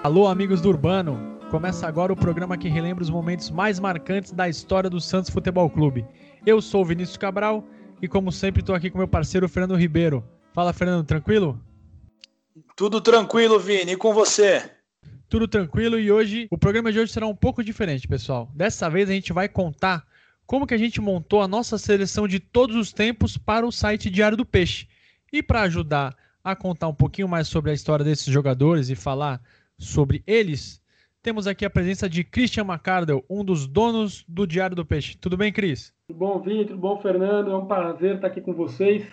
Alô, amigos do Urbano! Começa agora o programa que relembra os momentos mais marcantes da história do Santos Futebol Clube. Eu sou o Vinícius Cabral e, como sempre, estou aqui com meu parceiro Fernando Ribeiro. Fala, Fernando, tranquilo? Tudo tranquilo, Vini, e com você? Tudo tranquilo e hoje, o programa de hoje será um pouco diferente, pessoal. Dessa vez a gente vai contar como que a gente montou a nossa seleção de todos os tempos para o site Diário do Peixe. E para ajudar a contar um pouquinho mais sobre a história desses jogadores e falar sobre eles, temos aqui a presença de Christian McCardle, um dos donos do Diário do Peixe. Tudo bem, Cris? Tudo bom, Vini? Tudo bom, Fernando? É um prazer estar aqui com vocês,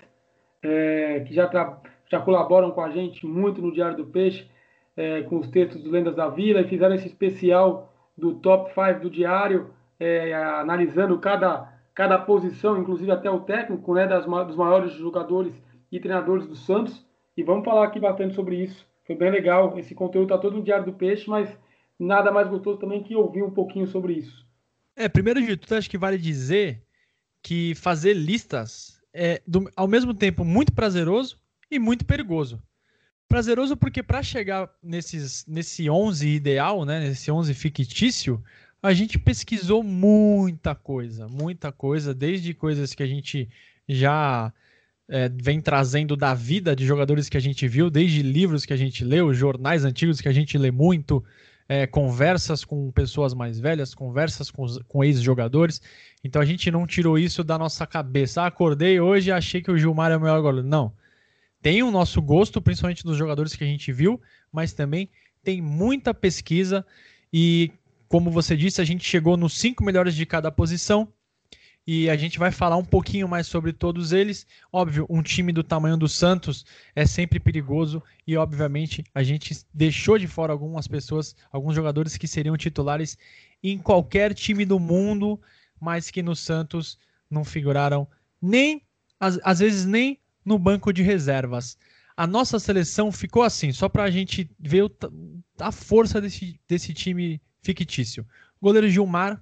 que já colaboram com a gente muito no Diário do Peixe, com os textos do Lendas da Vila, e fizeram esse especial do Top 5 do Diário, analisando cada posição, inclusive até o técnico, né, dos maiores jogadores e treinadores do Santos. E vamos falar aqui bastante sobre isso. Foi bem legal. Esse conteúdo está todo no Diário do Peixe, mas nada mais gostoso também que ouvir um pouquinho sobre isso. Primeiro de tudo, acho que vale dizer que fazer listas é, ao mesmo tempo, muito prazeroso e muito perigoso. Prazeroso porque para chegar nesse 11 ideal, né, nesse 11 fictício, a gente pesquisou muita coisa, desde coisas que a gente já vem trazendo da vida de jogadores que a gente viu, desde livros que a gente leu, jornais antigos que a gente lê muito, conversas com pessoas mais velhas, conversas com ex-jogadores. Então a gente não tirou isso da nossa cabeça. Acordei hoje e achei que o Gilmar é o melhor goleiro. Não. Tem o nosso gosto, principalmente dos jogadores que a gente viu, mas também tem muita pesquisa e, como você disse, a gente chegou nos 5 melhores de cada posição e a gente vai falar um pouquinho mais sobre todos eles. Óbvio, um time do tamanho do Santos é sempre perigoso e, obviamente, a gente deixou de fora algumas pessoas, alguns jogadores que seriam titulares em qualquer time do mundo, mas que no Santos não figuraram nem, às vezes, nem no banco de reservas. A nossa seleção ficou assim, só para a gente ver a força desse time fictício. Goleiro Gilmar,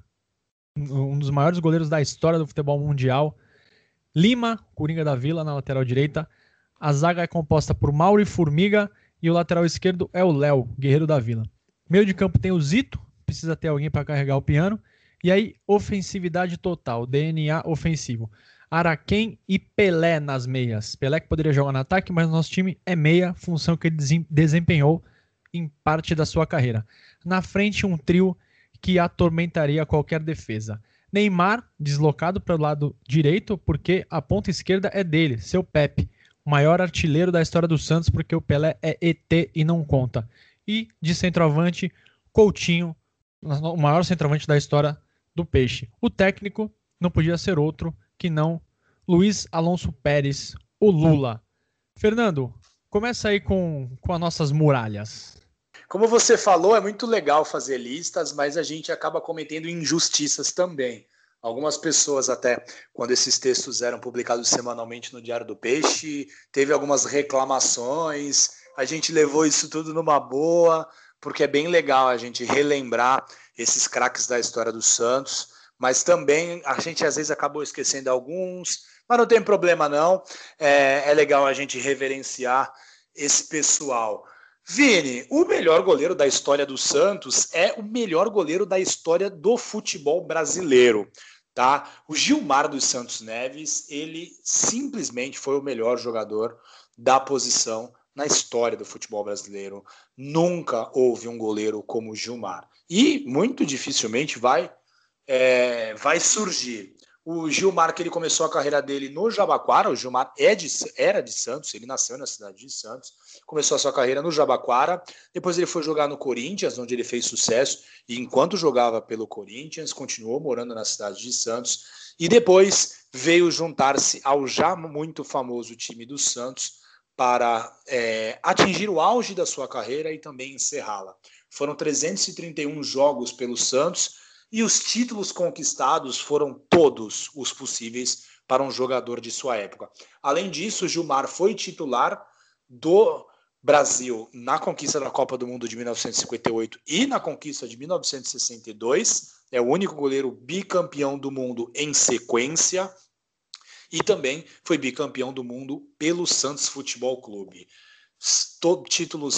um dos maiores goleiros da história do futebol mundial. Lima, Coringa da Vila, na lateral direita. A zaga é composta por Mauro e Formiga e o lateral esquerdo é o Léo, Guerreiro da Vila. Meio de campo tem o Zito, precisa ter alguém para carregar o piano. E aí, ofensividade total, DNA ofensivo. Araquém e Pelé nas meias. Pelé que poderia jogar no ataque, mas o nosso time é meia, função que ele desempenhou em parte da sua carreira. Na frente, um trio que atormentaria qualquer defesa. Neymar, deslocado para o lado direito, porque a ponta esquerda é dele, seu Pepe, o maior artilheiro da história do Santos, porque o Pelé é ET e não conta. E de centroavante, Coutinho, o maior centroavante da história do Peixe. O técnico não podia ser outro que não Luiz Alonso Pérez, o Lula. Fernando, começa aí com as nossas muralhas. Como você falou, é muito legal fazer listas, mas a gente acaba cometendo injustiças também. Algumas pessoas até, quando esses textos eram publicados semanalmente no Diário do Peixe, teve algumas reclamações, a gente levou isso tudo numa boa, porque é bem legal a gente relembrar esses craques da história do Santos, mas também a gente às vezes acabou esquecendo alguns, mas não tem problema não, é legal a gente reverenciar esse pessoal. Vini, o melhor goleiro da história do Santos é o melhor goleiro da história do futebol brasileiro, tá? O Gilmar dos Santos Neves, ele simplesmente foi o melhor jogador da posição na história do futebol brasileiro. Nunca houve um goleiro como o Gilmar. E muito dificilmente vai surgir. O Gilmar, que ele começou a carreira dele no Jabaquara, o Gilmar era de Santos, ele nasceu na cidade de Santos, começou a sua carreira no Jabaquara, depois ele foi jogar no Corinthians, onde ele fez sucesso, e enquanto jogava pelo Corinthians, continuou morando na cidade de Santos, e depois veio juntar-se ao já muito famoso time do Santos para atingir o auge da sua carreira e também encerrá-la. Foram 331 jogos pelo Santos, e os títulos conquistados foram todos os possíveis para um jogador de sua época. Além disso, Gilmar foi titular do Brasil na conquista da Copa do Mundo de 1958 e na conquista de 1962. É o único goleiro bicampeão do mundo em sequência. E também foi bicampeão do mundo pelo Santos Futebol Clube. Títulos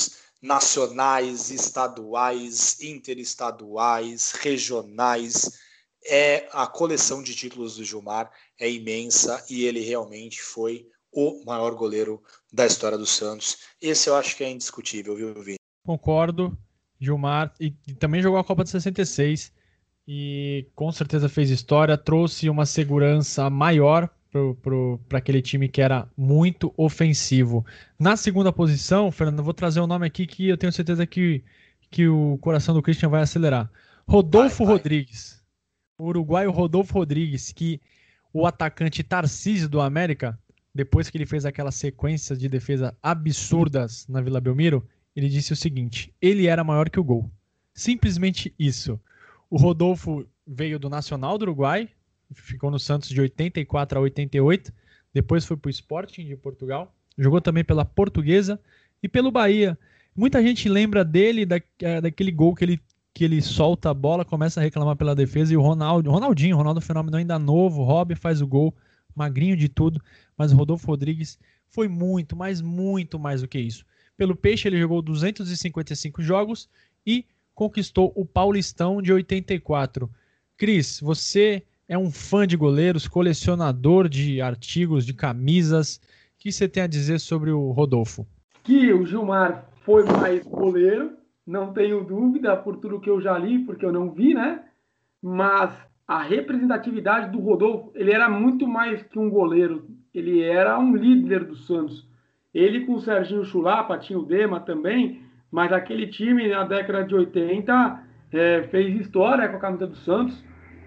nacionais, estaduais, interestaduais, regionais. A coleção de títulos do Gilmar é imensa e ele realmente foi o maior goleiro da história do Santos. Esse eu acho que é indiscutível, viu, Vini? Concordo, Gilmar, e também jogou a Copa de 66 e com certeza fez história, trouxe uma segurança maior para aquele time que era muito ofensivo. Na segunda posição, Fernando, eu vou trazer um nome aqui que eu tenho certeza que o coração do Christian vai acelerar. Rodolfo Rodrigues. O uruguaio Rodolfo Rodrigues, que o atacante Tarcísio do América, depois que ele fez aquelas sequências de defesa absurdas na Vila Belmiro, ele disse o seguinte: ele era maior que o gol. Simplesmente isso. O Rodolfo veio do Nacional do Uruguai, ficou no Santos de 84 a 88, depois foi para o Sporting de Portugal, jogou também pela Portuguesa e pelo Bahia. Muita gente lembra dele, daquele gol que ele solta a bola, começa a reclamar pela defesa, e o Ronaldo Fenômeno ainda novo, Rob faz o gol, magrinho de tudo, mas o Rodolfo Rodrigues foi muito, mas muito mais do que isso. Pelo Peixe ele jogou 255 jogos e conquistou o Paulistão de 84. Cris, você é um fã de goleiros, colecionador de artigos, de camisas. O que você tem a dizer sobre o Rodolfo? Que o Gilmar foi mais goleiro, não tenho dúvida, por tudo que eu já li, porque eu não vi, né? Mas a representatividade do Rodolfo, ele era muito mais que um goleiro, ele era um líder do Santos. Ele com o Serginho Chulapa, tinha o Dema também, mas aquele time na década de 80 fez história com a camisa do Santos.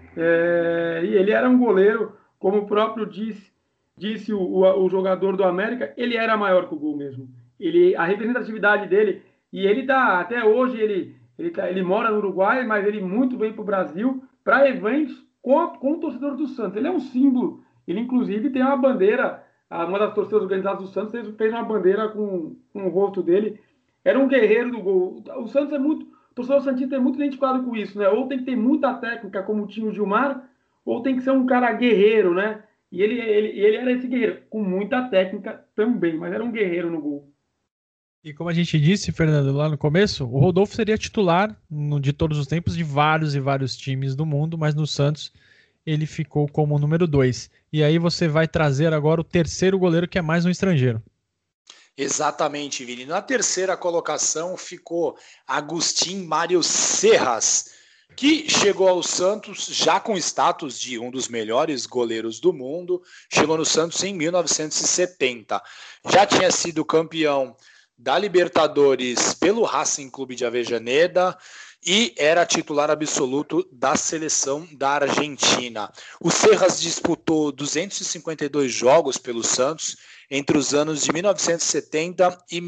E ele era um goleiro, como o próprio disse o jogador do América, ele era maior que o gol mesmo. A representatividade dele, e ele dá, até hoje, ele mora no Uruguai, mas ele muito vem para o Brasil, para eventos com o torcedor do Santos. Ele é um símbolo, ele inclusive tem uma bandeira, uma das torcidas organizadas do Santos fez uma bandeira com o rosto dele. Era um guerreiro do gol. O Santos o torcedor santista é muito identificado com isso, né? Ou tem que ter muita técnica, como tinha o Gilmar, ou tem que ser um cara guerreiro, né? E ele era esse guerreiro, com muita técnica também, mas era um guerreiro no gol. E como a gente disse, Fernando, lá no começo, o Rodolfo seria titular de todos os tempos de vários e vários times do mundo, mas no Santos ele ficou como número 2. E aí você vai trazer agora o terceiro goleiro, que é mais um estrangeiro. Exatamente, Vini. Na terceira colocação ficou Agustín Mário Serras, que chegou ao Santos já com status de um dos melhores goleiros do mundo. Chegou no Santos em 1970. Já tinha sido campeão da Libertadores pelo Racing Clube de Avellaneda e era titular absoluto da seleção da Argentina. O Serras disputou 252 jogos pelo Santos entre os anos de 1970 e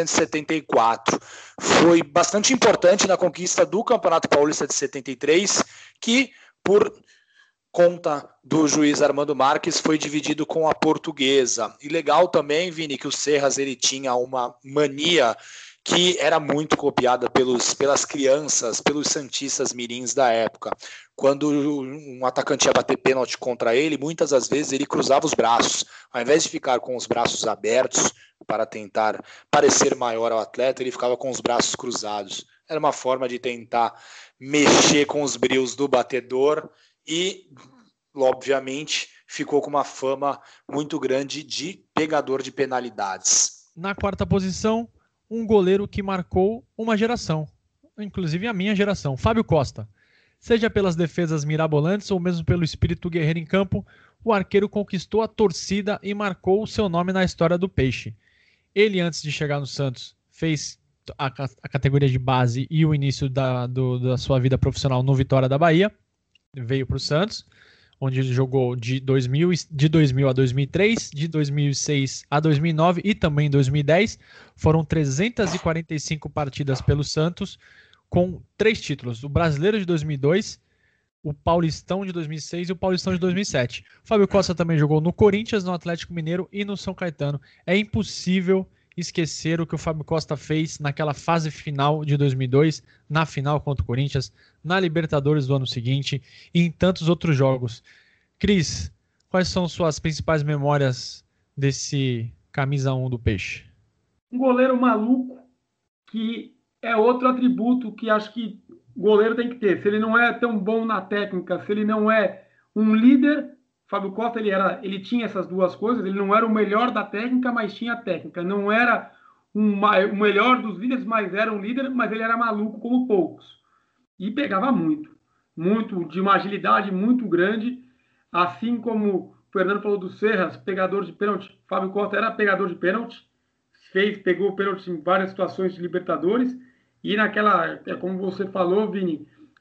1974. Foi bastante importante na conquista do Campeonato Paulista de 73, que, por conta do juiz Armando Marques, foi dividido com a Portuguesa. E legal também, Vini, que o Serras ele tinha uma mania que era muito copiada pelas crianças, pelos santistas mirins da época. Quando um atacante ia bater pênalti contra ele, muitas das vezes ele cruzava os braços. Ao invés de ficar com os braços abertos para tentar parecer maior ao atleta, ele ficava com os braços cruzados. Era uma forma de tentar mexer com os brios do batedor e, obviamente, ficou com uma fama muito grande de pegador de penalidades. Na quarta posição, um goleiro que marcou uma geração, inclusive a minha geração, Fábio Costa. Seja pelas defesas mirabolantes ou mesmo pelo espírito guerreiro em campo, o arqueiro conquistou a torcida e marcou o seu nome na história do Peixe. Ele, antes de chegar no Santos, fez a categoria de base e o início da sua vida profissional no Vitória da Bahia. Veio para o Santos, onde ele jogou de 2000 a 2003, de 2006 a 2009 e também em 2010. Foram 345 partidas pelo Santos, com 3 títulos: o Brasileiro de 2002, o Paulistão de 2006 e o Paulistão de 2007. O Fábio Costa também jogou no Corinthians, no Atlético Mineiro e no São Caetano. É impossível esquecer o que o Fábio Costa fez naquela fase final de 2002, na final contra o Corinthians, na Libertadores do ano seguinte e em tantos outros jogos. Cris, quais são suas principais memórias desse camisa 1 do Peixe? Um goleiro maluco, que é outro atributo que acho que o goleiro tem que ter. Se ele não é tão bom na técnica, se ele não é um líder, Fábio Costa ele tinha essas duas coisas. Ele não era o melhor da técnica, mas tinha a técnica. Não era o melhor dos líderes, mas era um líder, mas ele era maluco como poucos. E pegava muito, de uma agilidade muito grande, assim como o Fernando falou do Serras, pegador de pênalti. Fábio Costa era pegador de pênalti, pegou pênalti em várias situações de Libertadores, e como você falou, Vini,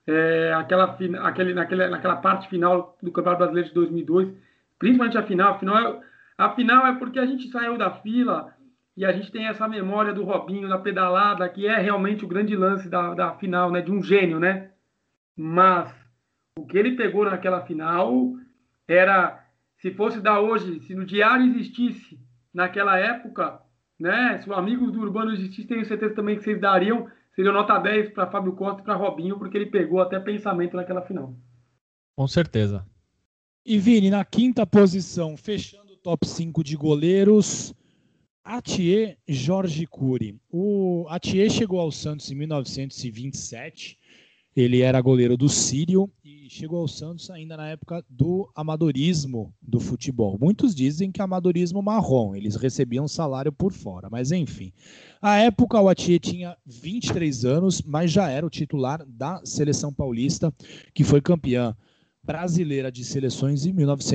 naquela parte final do Campeonato Brasileiro de 2002, principalmente a final é porque a gente saiu da fila e a gente tem essa memória do Robinho na pedalada, que é realmente o grande lance da final, né, de um gênio, né? Mas o que ele pegou naquela final era, se fosse da hoje, se no diário existisse naquela época, né? Se o Amigos do Urbano existisse, tenho certeza também que vocês dariam, seria nota 10 para Fábio Costa e para Robinho, porque ele pegou até pensamento naquela final. Com certeza. E Vini, na quinta posição, fechando o top 5 de goleiros, Atier Jorge Cury. O Atier chegou ao Santos em 1927, ele era goleiro do Sírio e chegou ao Santos ainda na época do amadorismo do futebol. Muitos dizem que amadorismo marrom, eles recebiam salário por fora, mas enfim. À época o Atier tinha 23 anos, mas já era o titular da Seleção Paulista, que foi campeã brasileira de seleções em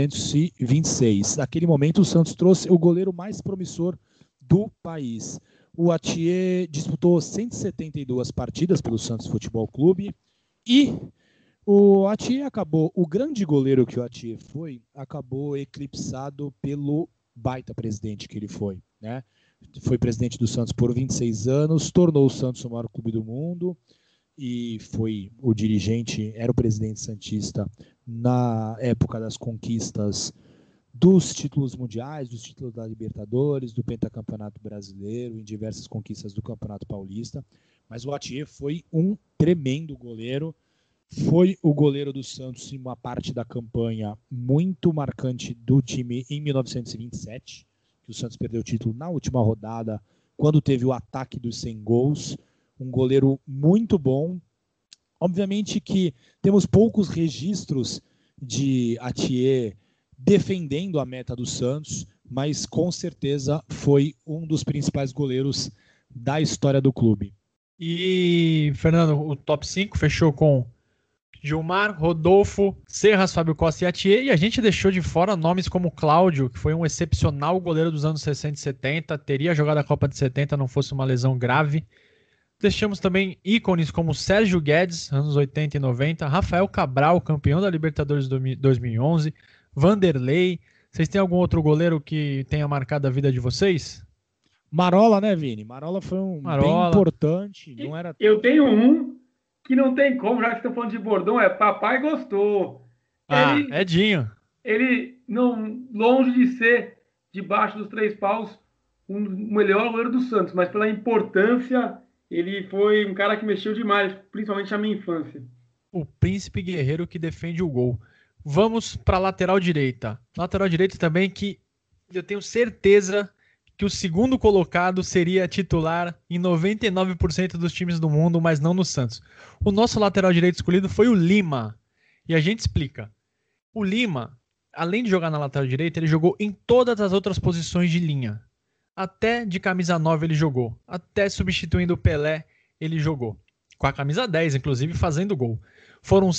1926. Naquele momento o Santos trouxe o goleiro mais promissor do país. O Atier disputou 172 partidas pelo Santos Futebol Clube e o Atier o grande goleiro que o Atier foi, acabou eclipsado pelo baita presidente que ele foi, né? Foi presidente do Santos por 26 anos, tornou o Santos o maior clube do mundo e foi o dirigente, era o presidente santista na época das conquistas dos títulos mundiais, dos títulos da Libertadores, do pentacampeonato brasileiro, em diversas conquistas do Campeonato Paulista. Mas o Atier foi um tremendo goleiro, foi o goleiro do Santos em uma parte da campanha muito marcante do time em 1927, que o Santos perdeu o título na última rodada, quando teve o ataque dos 100 gols, um goleiro muito bom. Obviamente que temos poucos registros de Atier defendendo a meta do Santos, mas com certeza foi um dos principais goleiros da história do clube. E, Fernando, o top 5 fechou com Gilmar, Rodolfo, Serras, Fábio Costa e Atier, e a gente deixou de fora nomes como Cláudio, que foi um excepcional goleiro dos anos 60 e 70, teria jogado a Copa de 70 não fosse uma lesão grave. Deixamos também ícones como Sérgio Guedes, anos 80 e 90, Rafael Cabral, campeão da Libertadores 2011, Vanderlei. Vocês têm algum outro goleiro que tenha marcado a vida de vocês? Marola, né, Vini? Marola foi bem importante. Não era... Eu tenho um que não tem como, já que estão falando de bordão, é Papai Gostou. Edinho. Ele, não, longe de ser, debaixo dos 3 paus, o melhor goleiro do Santos, mas pela importância, ele foi um cara que mexeu demais, principalmente na minha infância. O príncipe guerreiro que defende o gol. Vamos para a lateral direita. Lateral direita também que eu tenho certeza que o segundo colocado seria titular em 99% dos times do mundo, mas não no Santos. O nosso lateral direito escolhido foi o Lima. E a gente explica. O Lima, além de jogar na lateral direita, ele jogou em todas as outras posições de linha. Até de camisa 9 ele jogou. Até substituindo o Pelé ele jogou. Com a camisa 10, inclusive, fazendo gol. Foram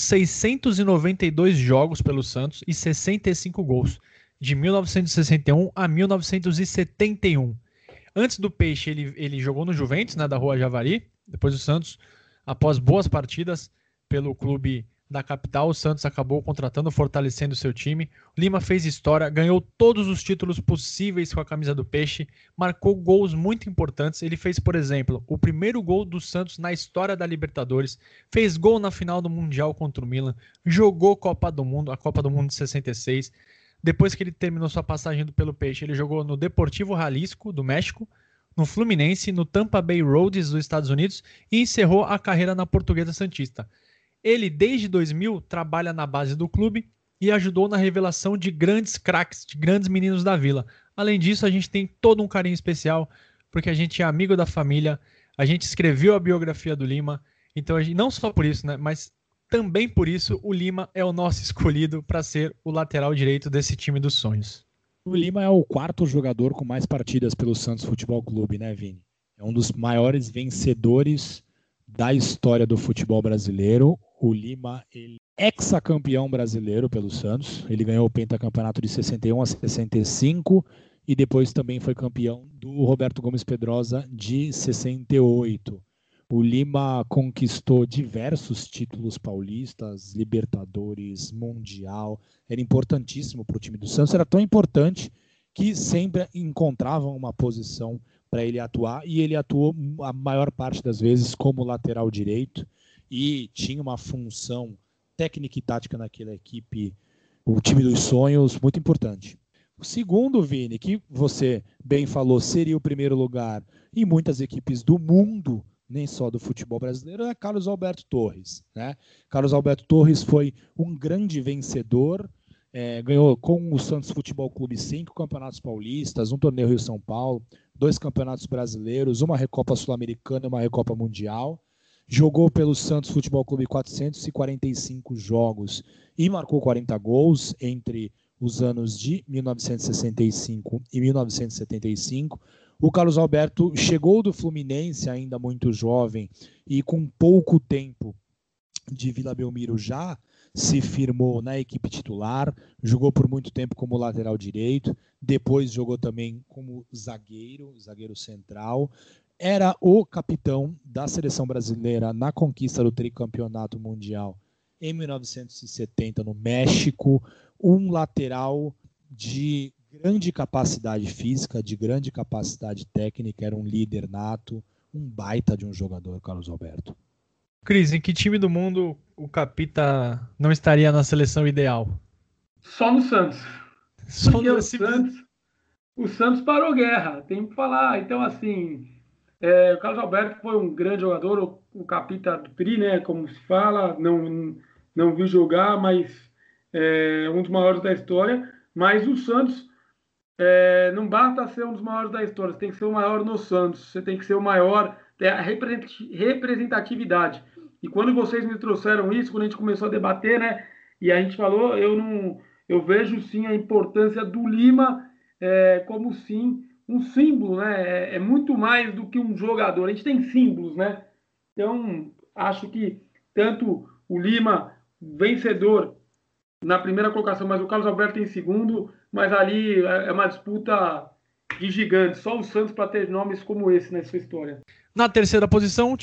692 jogos pelo Santos e 65 gols, de 1961 a 1971. Antes do Peixe, ele jogou no Juventus, né, da Rua Javari. Depois do Santos, após boas partidas pelo clube da capital, o Santos acabou contratando, fortalecendo seu time. O Lima fez história, ganhou todos os títulos possíveis com a camisa do Peixe, marcou gols muito importantes. Ele fez, por exemplo, o primeiro gol do Santos na história da Libertadores, fez gol na final do Mundial contra o Milan, jogou Copa do Mundo, a Copa do Mundo de 66. Depois que ele terminou sua passagem pelo Peixe, ele jogou no Deportivo Jalisco, do México, no Fluminense, no Tampa Bay Roadies, dos Estados Unidos, e encerrou a carreira na Portuguesa Santista. Ele, desde 2000, trabalha na base do clube e ajudou na revelação de grandes craques, de grandes meninos da Vila. Além disso, a gente tem todo um carinho especial, porque a gente é amigo da família, a gente escreveu a biografia do Lima, então a gente, não só por isso, né, mas também por isso o Lima é o nosso escolhido para ser o lateral direito desse time dos sonhos. O Lima é o quarto jogador com mais partidas pelo Santos Futebol Clube, né, Vini? É um dos maiores vencedores da história do futebol brasileiro. O Lima, ele é ex-campeão brasileiro pelo Santos. Ele ganhou o pentacampeonato de 61 a 65 e depois também foi campeão do Roberto Gomes Pedrosa de 68. O Lima conquistou diversos títulos paulistas, Libertadores, Mundial. Era importantíssimo para o time do Santos. Era tão importante que sempre encontravam uma posição para ele atuar, e ele atuou a maior parte das vezes como lateral direito e tinha uma função técnica e tática naquela equipe, o time dos sonhos, muito importante. O segundo, Vini, que você bem falou, seria o primeiro lugar em muitas equipes do mundo, nem só do futebol brasileiro, é Carlos Alberto Torres, né? Carlos Alberto Torres foi um grande vencedor, ganhou com o Santos Futebol Clube 5 campeonatos paulistas, um torneio Rio-São Paulo, 2 campeonatos brasileiros, uma Recopa Sul-Americana e uma Recopa Mundial. Jogou pelo Santos Futebol Clube 445 jogos e marcou 40 gols entre os anos de 1965 e 1975. O Carlos Alberto chegou do Fluminense ainda muito jovem e com pouco tempo de Vila Belmiro já se firmou na equipe titular, jogou por muito tempo como lateral direito, depois jogou também como zagueiro central, era o capitão da seleção brasileira na conquista do tricampeonato mundial em 1970 no México, um lateral de grande capacidade física, de grande capacidade técnica, era um líder nato, um baita de um jogador, Carlos Alberto. Cris, em que time do mundo o Capita não estaria na seleção ideal? Só no Santos. Só Porque no o Santos parou guerra, tem que falar. Então, assim, o Carlos Alberto foi um grande jogador, o Capita do Tri, né, como se fala, não vi jogar, mas é um dos maiores da história. Mas o Santos não basta ser um dos maiores da história, você tem que ser o maior no Santos, você tem que ser o maior, ter a representatividade. E quando vocês me trouxeram isso, quando a gente começou a debater, né, e a gente falou, eu vejo sim a importância do Lima como sim um símbolo, né? É muito mais do que um jogador. A gente tem símbolos, né? Então, acho que tanto o Lima, vencedor na primeira colocação, mas o Carlos Alberto em segundo, mas ali é uma disputa de gigantes. Só o Santos para ter nomes como esse na sua história. Na terceira posição,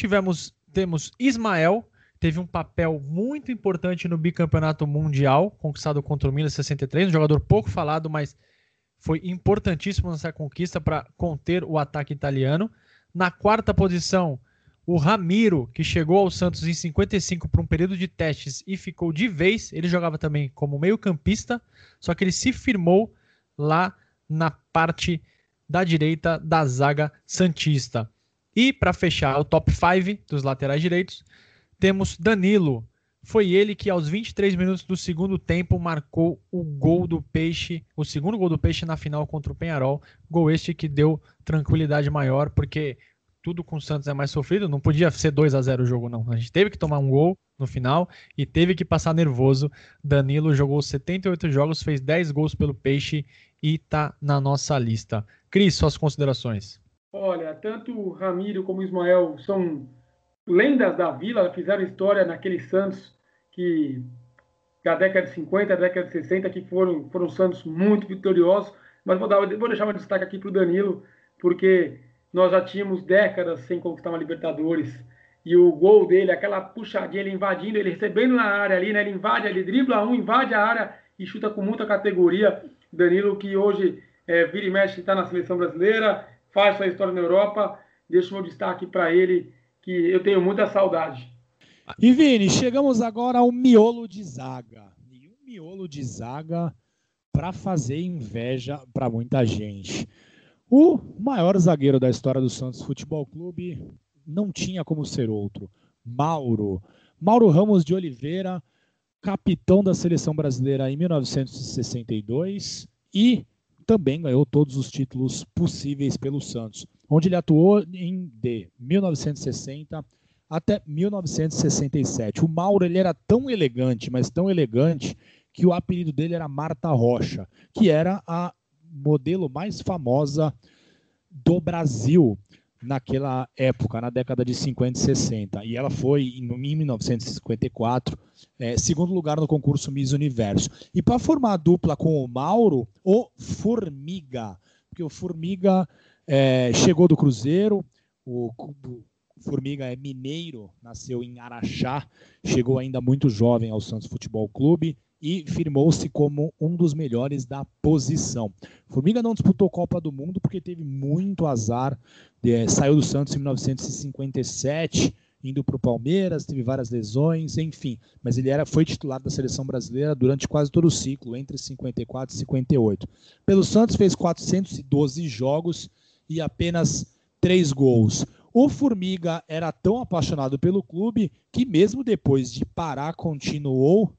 temos Ismael, teve um papel muito importante no bicampeonato mundial, conquistado contra o Milan 63, um jogador pouco falado, mas foi importantíssimo nessa conquista para conter o ataque italiano. Na quarta posição, o Ramiro, que chegou ao Santos em 55 por um período de testes e ficou de vez. Ele jogava também como meio-campista, só que ele se firmou lá na parte da direita da zaga santista. E para fechar o top 5 dos laterais direitos, temos Danilo. Foi ele que aos 23 minutos do segundo tempo marcou o gol do Peixe, o segundo gol do Peixe na final contra o Peñarol. Gol este que deu tranquilidade maior, porque tudo com o Santos é mais sofrido, não podia ser 2-0 o jogo não. A gente teve que tomar um gol no final e teve que passar nervoso. Danilo jogou 78 jogos, fez 10 gols pelo Peixe e tá na nossa lista. Cris, suas considerações. Olha, tanto o Ramiro como o Ismael são lendas da Vila, fizeram história naquele Santos que da década de 50, da década de 60, que foram Santos muito vitoriosos, mas vou deixar um destaque aqui para o Danilo, porque nós já tínhamos décadas sem conquistar uma Libertadores, e o gol dele, aquela puxadinha, ele invadindo, ele recebendo na área ali, né, ele invade, ele dribla invade a área e chuta com muita categoria. Danilo, que hoje vira e mexe, está na seleção brasileira, faz sua história na Europa, deixo meu destaque para ele, que eu tenho muita saudade. E Vini, chegamos agora ao miolo de zaga. E um miolo de zaga para fazer inveja para muita gente. O maior zagueiro da história do Santos Futebol Clube não tinha como ser outro. Mauro Ramos de Oliveira, capitão da seleção brasileira em 1962 e também ganhou todos os títulos possíveis pelo Santos, onde ele atuou de 1960 até 1967. O Mauro ele era tão elegante, mas tão elegante, que o apelido dele era Marta Rocha, que era a modelo mais famosa do Brasil naquela época, na década de 50 e 60. E ela foi, em 1954, segundo lugar no concurso Miss Universo. E para formar a dupla com o Mauro, o Formiga, porque o Formiga chegou do Cruzeiro, o Formiga é mineiro, nasceu em Araxá, chegou ainda muito jovem ao Santos Futebol Clube e firmou-se como um dos melhores da posição. Formiga não disputou Copa do Mundo porque teve muito azar, saiu do Santos em 1957, indo para o Palmeiras, teve várias lesões, enfim, mas ele foi titular da seleção brasileira durante quase todo o ciclo, entre 54 e 58. Pelo Santos fez 412 jogos e apenas 3 gols. O Formiga era tão apaixonado pelo clube que mesmo depois de parar, continuou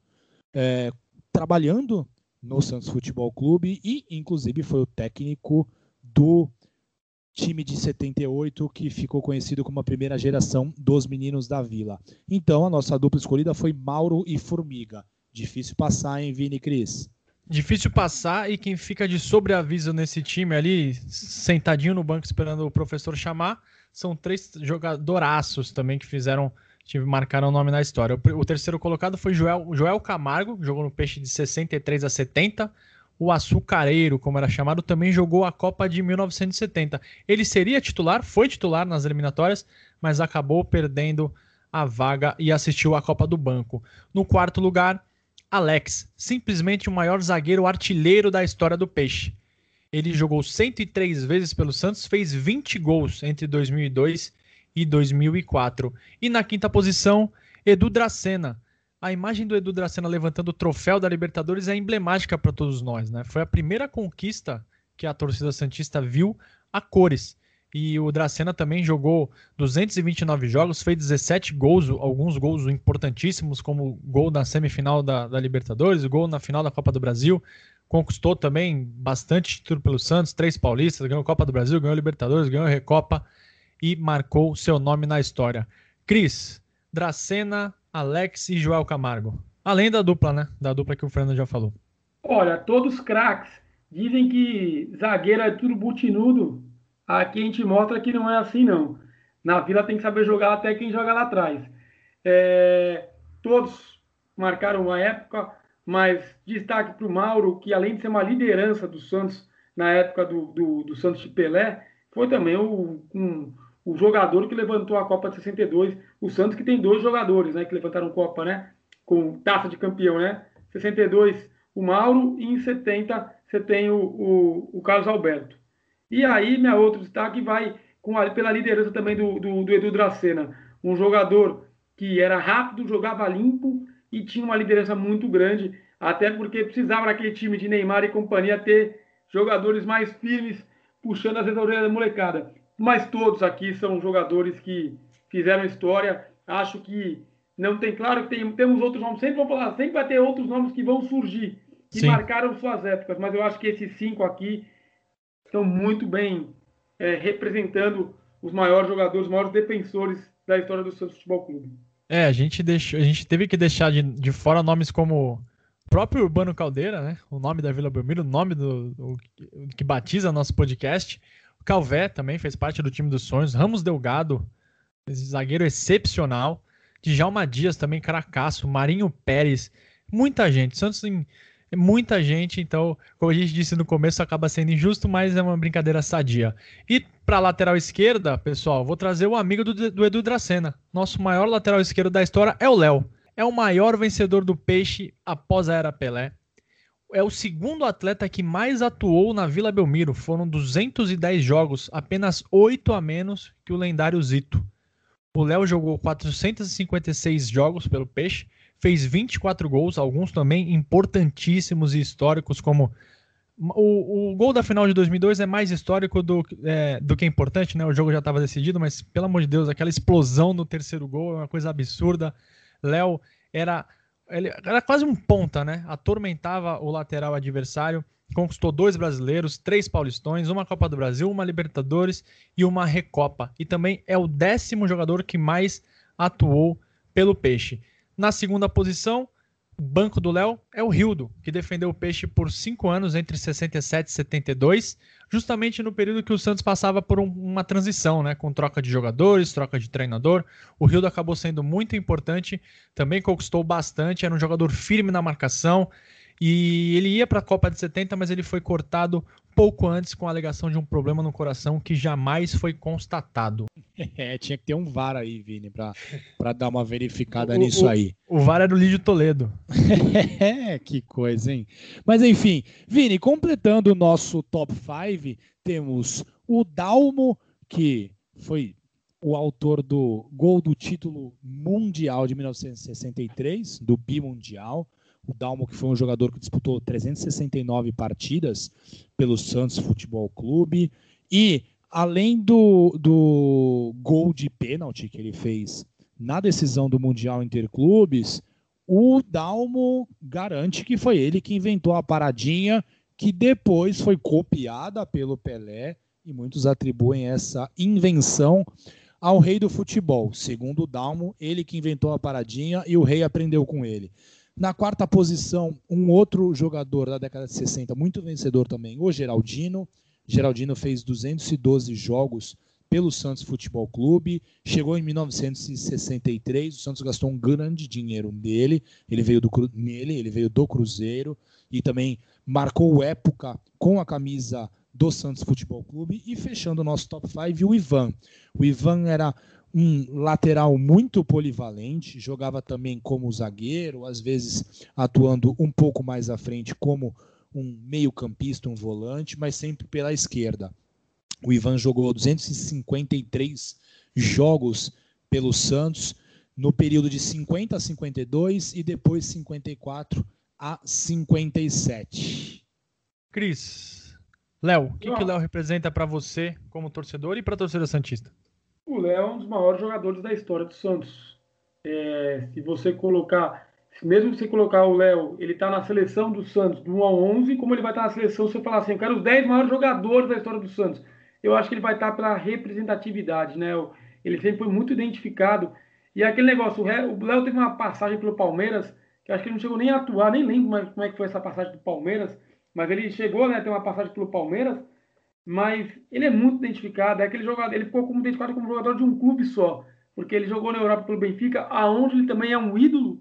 trabalhando no Santos Futebol Clube e inclusive foi o técnico do time de 78 que ficou conhecido como a primeira geração dos meninos da Vila. Então a nossa dupla escolhida foi Mauro e Formiga. Difícil passar, hein, Vini e Cris? Difícil passar, e quem fica de sobreaviso nesse time ali, sentadinho no banco esperando o professor chamar, são 3 jogadoraços também que marcaram o nome na história. O terceiro colocado foi Joel Camargo, jogou no Peixe de 63 a 70. O Açucareiro, como era chamado, também jogou a Copa de 1970. Ele seria titular, foi titular nas eliminatórias, mas acabou perdendo a vaga e assistiu à Copa do Banco. No quarto lugar, Alex, simplesmente o maior zagueiro artilheiro da história do Peixe. Ele jogou 103 vezes pelo Santos, fez 20 gols entre 2002 e 2004. E na quinta posição, Edu Dracena. A imagem do Edu Dracena levantando o troféu da Libertadores é emblemática para todos nós, né? Foi a primeira conquista que a torcida santista viu a cores. E o Dracena também jogou 229 jogos, fez 17 gols, alguns gols importantíssimos, como gol na semifinal da Libertadores, gol na final da Copa do Brasil. Conquistou também bastante título pelo Santos, 3 paulistas, ganhou a Copa do Brasil, ganhou a Libertadores, ganhou a Recopa e marcou seu nome na história. Cris, Dracena, Alex e Joel Camargo. Além da dupla, né? Da dupla que o Fernando já falou. Olha, todos craques. Dizem que zagueiro é tudo butinudo. Aqui a gente mostra que não é assim, não. Na Vila tem que saber jogar até quem joga lá atrás. Todos marcaram uma época, mas destaque para o Mauro, que além de ser uma liderança do Santos na época do Santos de Pelé, foi também o jogador que levantou a Copa de 62. O Santos que tem 2 jogadores, né, que levantaram Copa, né, com taça de campeão, né? 62 o Mauro e em 70 você tem o Carlos Alberto. E aí, meu outro destaque vai pela liderança também do Edu Dracena, um jogador que era rápido, jogava limpo e tinha uma liderança muito grande, até porque precisava naquele time de Neymar e companhia ter jogadores mais firmes, puxando as orelhas da molecada. Mas todos aqui são jogadores que fizeram história. Acho que não tem, claro que temos outros nomes, sempre vai ter outros nomes que vão surgir, que marcaram suas épocas, mas eu acho que esses 5 aqui estão muito bem representando os maiores jogadores, os maiores defensores da história do Santos Futebol Clube. A gente teve que deixar de fora nomes como o próprio Urbano Caldeira, né? O nome da Vila Belmiro, o nome que batiza nosso podcast. O Calvé também fez parte do time dos sonhos. Ramos Delgado, esse zagueiro excepcional. Djalma Dias também, cracaço. Marinho Pérez, muita gente. Santos tem muita gente, então, como a gente disse no começo, acaba sendo injusto, mas é uma brincadeira sadia. E para a lateral esquerda, pessoal, vou trazer o amigo do Edu Dracena. Nosso maior lateral esquerdo da história é o Léo. É o maior vencedor do Peixe após a era Pelé. É o segundo atleta que mais atuou na Vila Belmiro. Foram 210 jogos, apenas 8 a menos que o lendário Zito. O Léo jogou 456 jogos pelo Peixe, fez 24 gols, alguns também importantíssimos e históricos, como o gol da final de 2002 é mais histórico do que importante, né? O jogo já estava decidido, mas, pelo amor de Deus, aquela explosão no terceiro gol é uma coisa absurda. Léo era quase um ponta, né? Atormentava o lateral adversário, conquistou 2 brasileiros, 3 paulistões, uma Copa do Brasil, uma Libertadores e uma Recopa. E também é o 10º jogador que mais atuou pelo Peixe. Na segunda posição, o banco do Léo é o Rildo, que defendeu o Peixe por 5 anos, entre 67 e 72, justamente no período que o Santos passava por uma transição, né, com troca de jogadores, troca de treinador. O Rildo acabou sendo muito importante, também conquistou bastante, era um jogador firme na marcação, e ele ia para a Copa de 70, mas ele foi cortado pouco antes com a alegação de um problema no coração que jamais foi constatado. Tinha que ter um VAR aí, Vini, para dar uma verificada nisso aí. O VAR era o Lídio Toledo. Que coisa, hein? Mas enfim, Vini, completando o nosso top 5, temos o Dalmo, que foi o autor do gol do título mundial de 1963, do bimundial. O Dalmo, que foi um jogador que disputou 369 partidas pelo Santos Futebol Clube. E, além do gol de pênalti que ele fez na decisão do Mundial Interclubes, o Dalmo garante que foi ele que inventou a paradinha, que depois foi copiada pelo Pelé, e muitos atribuem essa invenção ao rei do futebol. Segundo o Dalmo, ele que inventou a paradinha e o rei aprendeu com ele. Na quarta posição, um outro jogador da década de 60, muito vencedor também, o Geraldino. Geraldino fez 212 jogos pelo Santos Futebol Clube, chegou em 1963, o Santos gastou um grande dinheiro nele, ele veio do Cruzeiro e também marcou época com a camisa do Santos Futebol Clube. E fechando o nosso top 5, o Ivan. O Ivan era um lateral muito polivalente, jogava também como zagueiro, às vezes atuando um pouco mais à frente como um meio-campista, um volante, mas sempre pela esquerda. O Ivan jogou 253 jogos pelo Santos no período de 50 a 52 e depois 54 a 57. Cris, Léo, o que o Léo representa para você como torcedor e para a torcida santista? O Léo é um dos maiores jogadores da história do Santos. Se você colocar, mesmo que você colocar o Léo, ele está na seleção do Santos do 1 ao 11, como ele vai estar na seleção, se você falar assim, eu quero os 10 maiores jogadores da história do Santos, eu acho que ele vai estar pela representatividade, né? Ele sempre foi muito identificado. E aquele negócio, o Léo teve uma passagem pelo Palmeiras, que acho que ele não chegou nem a atuar, nem lembro como é que foi essa passagem do Palmeiras, mas ele chegou, né, a ter uma passagem pelo Palmeiras. Mas ele é muito identificado, é aquele jogador, ele ficou identificado como jogador de um clube só, porque ele jogou na Europa pelo Benfica, aonde ele também é um ídolo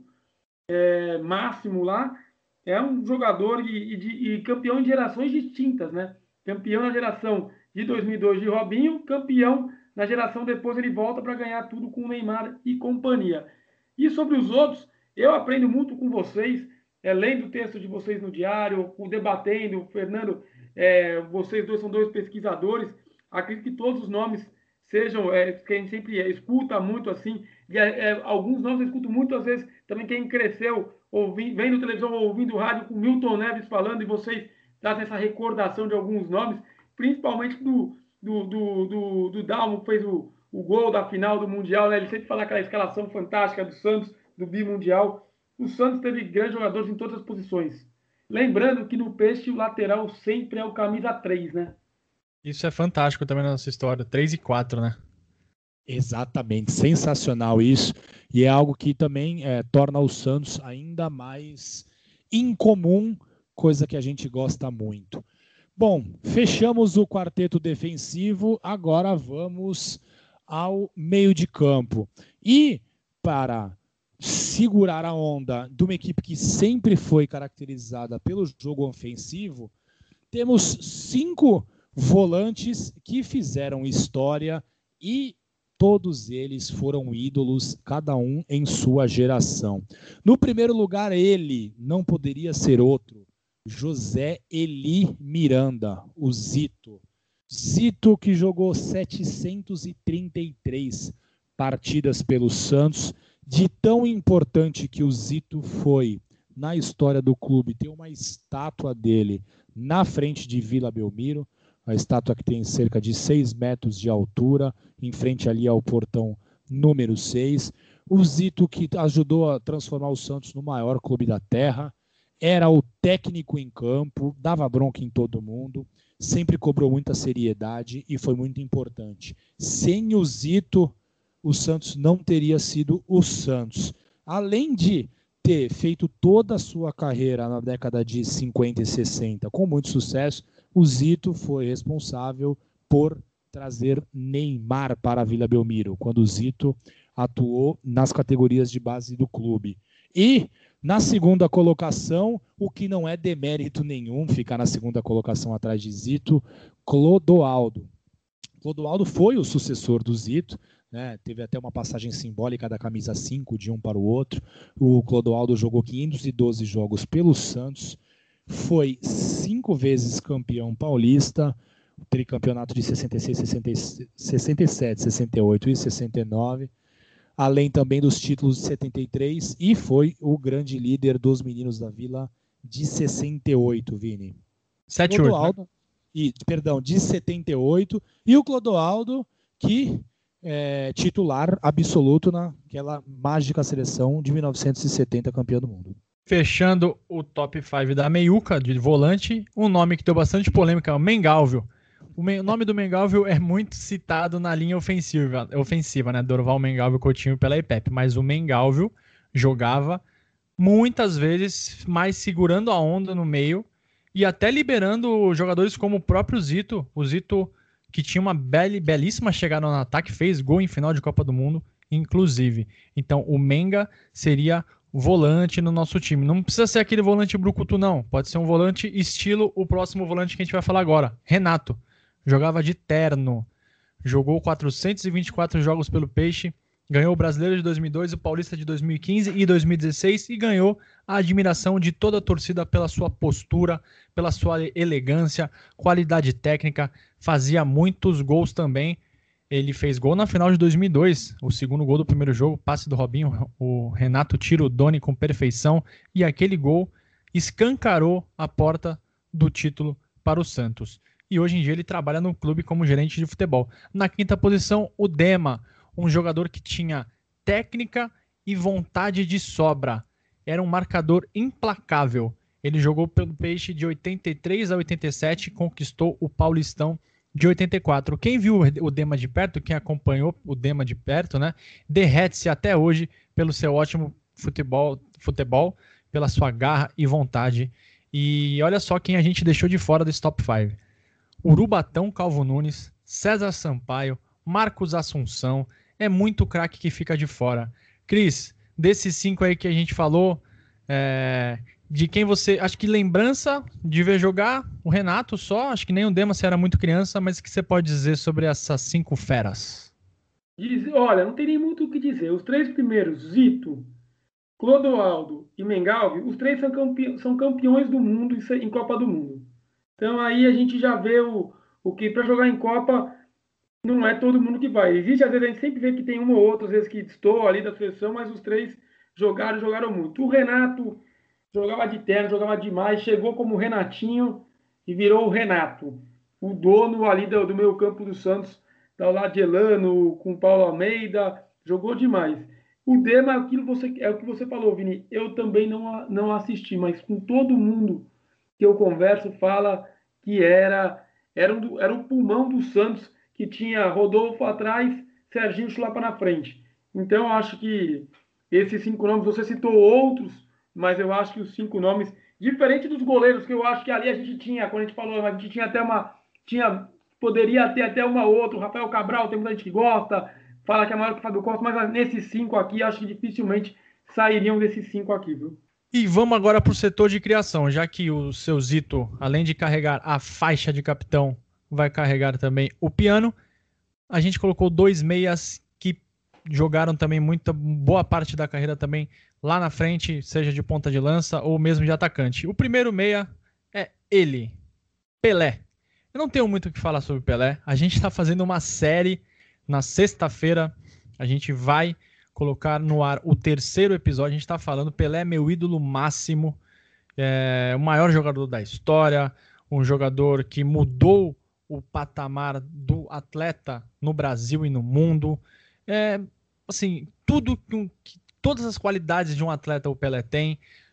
máximo lá, é um jogador e campeão em gerações distintas, né? Campeão na geração de 2002 de Robinho, campeão na geração depois ele volta para ganhar tudo com o Neymar e companhia. E sobre os outros, eu aprendo muito com vocês, lendo o texto de vocês no diário, debatendo, Fernando, vocês dois são dois pesquisadores, acredito que todos os nomes sejam, que a gente sempre escuta muito assim, e alguns nomes eu escuto muito, às vezes, também quem cresceu vendo televisão ou ouvindo rádio com Milton Neves falando, e vocês trazem essa recordação de alguns nomes, principalmente do Dalmo, que fez o gol da final do Mundial, né? Ele sempre fala aquela escalação fantástica do Santos, do bimundial. O Santos teve grandes jogadores em todas as posições. Lembrando que no Peixe o lateral sempre é o camisa 3, né? Isso é fantástico também na nossa história. 3 e 4, né? Exatamente, sensacional isso. E é algo que também torna o Santos ainda mais incomum, coisa que a gente gosta muito. Bom, fechamos o quarteto defensivo, agora vamos ao meio de campo. E para segurar a onda de uma equipe que sempre foi caracterizada pelo jogo ofensivo, temos 5 volantes que fizeram história e todos eles foram ídolos, cada um em sua geração. No primeiro lugar, ele não poderia ser outro, José Eli Miranda, o Zito. Zito, que jogou 733 partidas pelo Santos, de tão importante que o Zito foi na história do clube. Tem uma estátua dele na frente de Vila Belmiro, a estátua que tem cerca de 6 metros de altura, em frente ali ao portão número 6. O Zito, que ajudou a transformar o Santos no maior clube da terra, era o técnico em campo, dava bronca em todo mundo, sempre cobrou muita seriedade e foi muito importante. Sem o Zito, o Santos não teria sido o Santos. Além de ter feito toda a sua carreira na década de 50 e 60 com muito sucesso, o Zito foi responsável por trazer Neymar para a Vila Belmiro, quando o Zito atuou nas categorias de base do clube. E na segunda colocação, o que não é demérito nenhum, ficar na segunda colocação atrás de Zito, Clodoaldo. Clodoaldo foi o sucessor do Zito, né? Teve até uma passagem simbólica da camisa 5 de um para o outro. O Clodoaldo jogou 512 jogos pelo Santos, foi 5 vezes campeão paulista, tricampeonato de 66, 67, 68 e 69, além também dos títulos de 73, e foi o grande líder dos meninos da Vila de 68, Vini. 78, né? Perdão, de 78, e o Clodoaldo, que é titular absoluto naquela mágica seleção de 1970, campeão do mundo. Fechando o top 5 da meiuca de volante, um nome que deu bastante polêmica, o Mengalvio. O nome do Mengalvio é muito citado na linha ofensiva, né? Dorval, Mengalvio, Coutinho, Pelé e Pepe. Mas o Mengalvio jogava muitas vezes mais segurando a onda no meio e até liberando jogadores como o próprio Zito. O Zito, que tinha uma belíssima chegada no ataque, fez gol em final de Copa do Mundo, inclusive. Então o Menga seria volante no nosso time. Não precisa ser aquele volante brucutu, não. Pode ser um volante estilo o próximo volante que a gente vai falar agora, Renato. Jogava de terno, jogou 424 jogos pelo Peixe, ganhou o Brasileiro de 2002, o Paulista de 2015 e 2016 e ganhou a admiração de toda a torcida pela sua postura, pela sua elegância, qualidade técnica, fazia muitos gols também. Ele fez gol na final de 2002, o segundo gol do primeiro jogo, passe do Robinho, o Renato tira o Doni com perfeição e aquele gol escancarou a porta do título para o Santos. E hoje em dia ele trabalha no clube como gerente de futebol. Na quinta posição, o Dema, um jogador que tinha técnica e vontade de sobra. Era um marcador implacável. Ele jogou pelo Peixe de 83 a 87 e conquistou o Paulistão de 84. Quem viu o Dema de perto, quem acompanhou o Dema de perto, né, derrete-se até hoje pelo seu ótimo futebol, pela sua garra e vontade. E olha só quem a gente deixou de fora desse top 5. Urubatão Calvo Nunes, César Sampaio, Marcos Assunção, é muito craque que fica de fora. Cris, desses 5 aí que a gente falou, de quem você... Acho que lembrança de ver jogar o Renato só, acho que nem o Dema se era muito criança, mas o que você pode dizer sobre essas 5 feras? Olha, não tem nem muito o que dizer. Os 3 primeiros, Zito, Clodoaldo e Mengalvio, os 3 são campeões do mundo em Copa do Mundo. Então aí a gente já vê o que para jogar em Copa não é todo mundo que vai. Existe, às vezes, a gente sempre vê que tem uma ou outra, às vezes, que destoa ali da seleção, mas os 3 jogaram muito. O Renato jogava de terno, jogava demais, chegou como Renatinho e virou o Renato, o dono ali do meio campo do Santos, tá lá de Elano, com Paulo Almeida, jogou demais. O Dema é o que você falou, Vini, eu também não assisti, mas com todo mundo que eu converso fala que era o pulmão do Santos, que tinha Rodolfo atrás, Serginho Chulapa na frente. Então, eu acho que esses 5 nomes, você citou outros, mas eu acho que os 5 nomes, diferente dos goleiros, que eu acho que ali a gente tinha, quando a gente falou, a gente tinha até poderia ter até uma outra, o Rafael Cabral, tem muita gente que gosta, fala que é maior que o Fábio Costa, mas nesses 5 aqui, acho que dificilmente sairiam desses 5 aqui, viu? E vamos agora para o setor de criação, já que o seu Zito, além de carregar a faixa de capitão, vai carregar também o piano. A gente colocou 2 meias que jogaram também boa parte da carreira também lá na frente, seja de ponta de lança ou mesmo de atacante. O primeiro meia é ele, Pelé. Eu não tenho muito o que falar sobre Pelé. A gente está fazendo uma série na sexta-feira. A gente vai colocar no ar o 3º episódio. A gente está falando Pelé, meu ídolo máximo, o maior jogador da história, um jogador que mudou o patamar do atleta no Brasil e no mundo. Assim, todas as qualidades de um atleta o Pelé tem.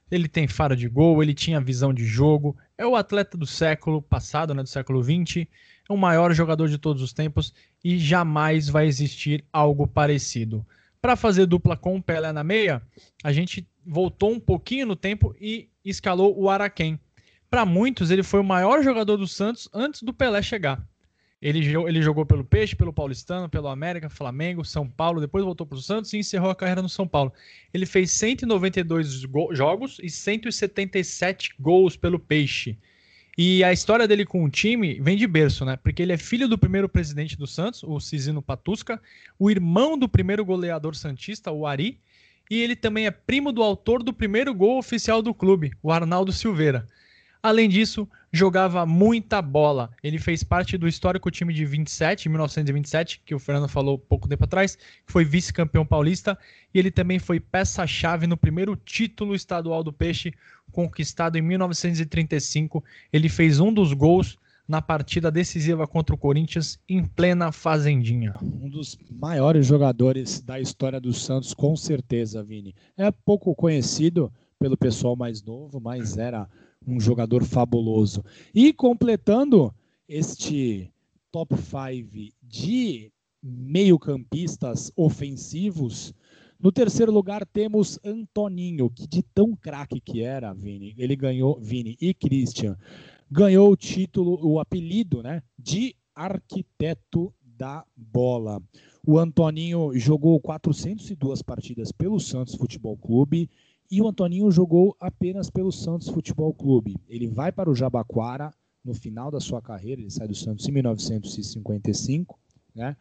ele tem faro de gol, ele tinha visão de jogo, é o atleta do século passado, né, do século XX, é o maior jogador de todos os tempos e jamais vai existir algo parecido. Para fazer dupla com o Pelé na meia, a gente voltou um pouquinho no tempo e escalou o Araquém. Para muitos, ele foi o maior jogador do Santos antes do Pelé chegar. Ele jogou pelo Peixe, pelo Paulistano, pelo América, Flamengo, São Paulo, depois voltou para o Santos e encerrou a carreira no São Paulo. Ele fez 192 jogos e 177 gols pelo Peixe. E a história dele com o time vem de berço, né? Porque ele é filho do primeiro presidente do Santos, o Cisino Patusca, o irmão do primeiro goleador santista, o Ari, e ele também é primo do autor do primeiro gol oficial do clube, o Arnaldo Silveira. Além disso, jogava muita bola. Ele fez parte do histórico time de 1927, que o Fernando falou pouco tempo atrás, que foi vice-campeão paulista, e ele também foi peça-chave no primeiro título estadual do Peixe, conquistado em 1935. Ele fez um dos gols na partida decisiva contra o Corinthians, em plena Fazendinha. Um dos maiores jogadores da história do Santos, com certeza, Vini. É pouco conhecido pelo pessoal mais novo, mas era um jogador fabuloso. E completando este top 5 de meio-campistas ofensivos, no terceiro lugar temos Antoninho, que de tão craque que era, Vini, ele ganhou, Vini e Christian, ganhou o título, o apelido, né, de arquiteto da bola. O Antoninho jogou 402 partidas pelo Santos Futebol Clube, e o Antoninho jogou apenas pelo Santos Futebol Clube. Ele vai para o Jabaquara no final da sua carreira, ele sai do Santos em 1955, né?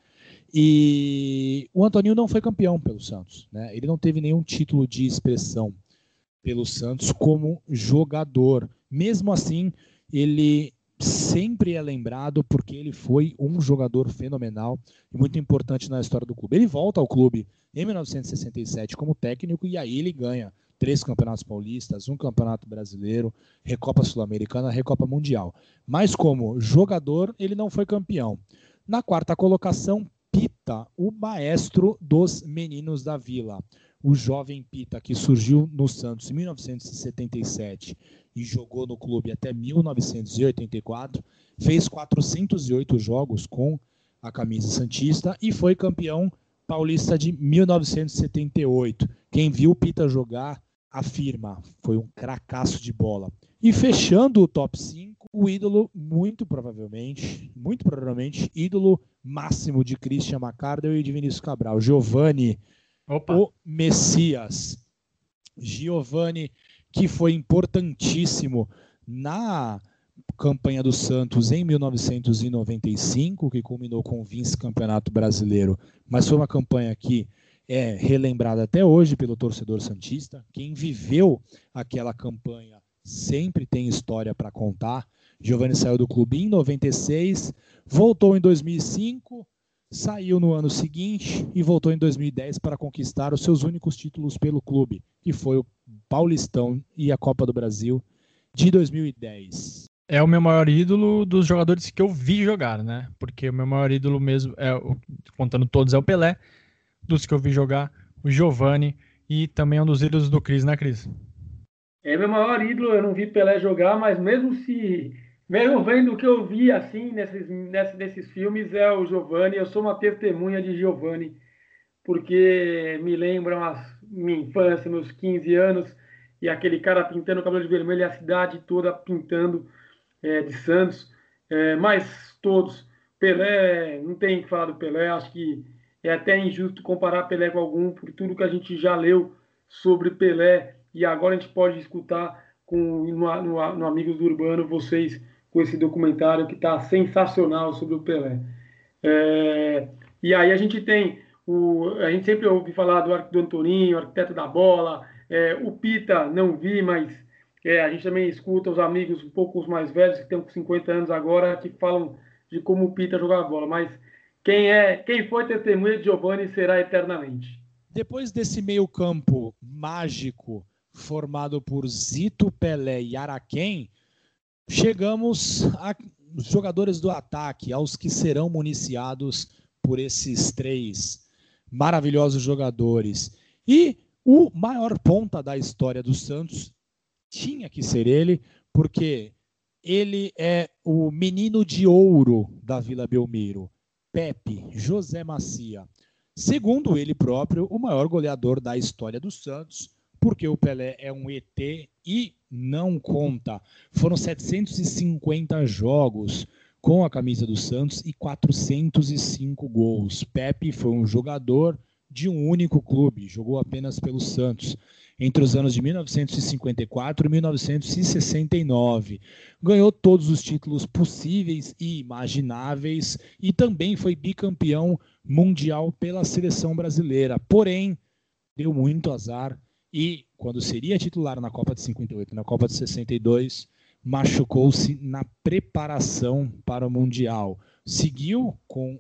E o Antoninho não foi campeão pelo Santos, né? Ele não teve nenhum título de expressão pelo Santos como jogador. Mesmo assim, ele sempre é lembrado porque ele foi um jogador fenomenal e muito importante na história do clube. Ele volta ao clube em 1967 como técnico e aí ele ganha 3 campeonatos paulistas, 1 campeonato brasileiro, Recopa Sul-Americana, Recopa Mundial. Mas como jogador, ele não foi campeão. Na quarta colocação, Pita, o maestro dos meninos da Vila. O jovem Pita, que surgiu no Santos em 1977 e jogou no clube até 1984, fez 408 jogos com a camisa santista e foi campeão paulista de 1978. Quem viu o Pita jogar afirma, foi um cracaço de bola. E fechando o top 5, o ídolo, muito provavelmente, ídolo máximo de Christian McCardle e de Vinícius Cabral, Giovani, o Messias. Giovani, que foi importantíssimo na campanha do Santos em 1995, que culminou com o vice-campeonato brasileiro, mas foi uma campanha que é relembrada até hoje pelo torcedor santista. Quem viveu aquela campanha sempre tem história para contar. Giovani saiu do clube em 96, voltou em 2005, saiu no ano seguinte e voltou em 2010 para conquistar os seus únicos títulos pelo clube, que foi o Paulistão e a Copa do Brasil de 2010. É o meu maior ídolo dos jogadores que eu vi jogar, né? Porque o meu maior ídolo mesmo, contando todos, é o Pelé. Dos que eu vi jogar, o Giovani, e também um dos ídolos do Cris, né, Cris? É meu maior ídolo, eu não vi Pelé jogar, mas mesmo vendo o que eu vi assim nesses filmes, é o Giovani. Eu sou uma testemunha de Giovani, porque me lembram minha infância, meus 15 anos, e aquele cara pintando o cabelo de vermelho e a cidade toda pintando de Santos. Mas todos, Pelé, não tem que falar do Pelé, acho que é até injusto comparar Pelé com algum, por tudo que a gente já leu sobre Pelé, e agora a gente pode escutar no Amigos do Urbano, vocês com esse documentário que está sensacional sobre o Pelé. E aí a gente tem, a gente sempre ouve falar do Antoninho, arquiteto da bola, o Pita não vi, mas a gente também escuta os amigos um pouco os mais velhos, que estão com 50 anos agora, que falam de como o Pita jogava bola, mas quem foi testemunha de Giovani será eternamente. Depois desse meio-campo mágico formado por Zito, Pelé e Araquém, chegamos aos jogadores do ataque, aos que serão municiados por esses 3 maravilhosos jogadores. E o maior ponta da história do Santos tinha que ser ele, porque ele é o menino de ouro da Vila Belmiro, Pepe José Macia. Segundo ele próprio, o maior goleador da história do Santos, porque o Pelé é um ET e não conta. Foram 750 jogos com a camisa do Santos e 405 gols. Pepe foi um jogador de um único clube, jogou apenas pelo Santos entre os anos de 1954 e 1969. Ganhou todos os títulos possíveis e imagináveis e também foi bicampeão mundial pela seleção brasileira. Porém, deu muito azar e, quando seria titular na Copa de 58 e na Copa de 62, machucou-se na preparação para o Mundial. Seguiu com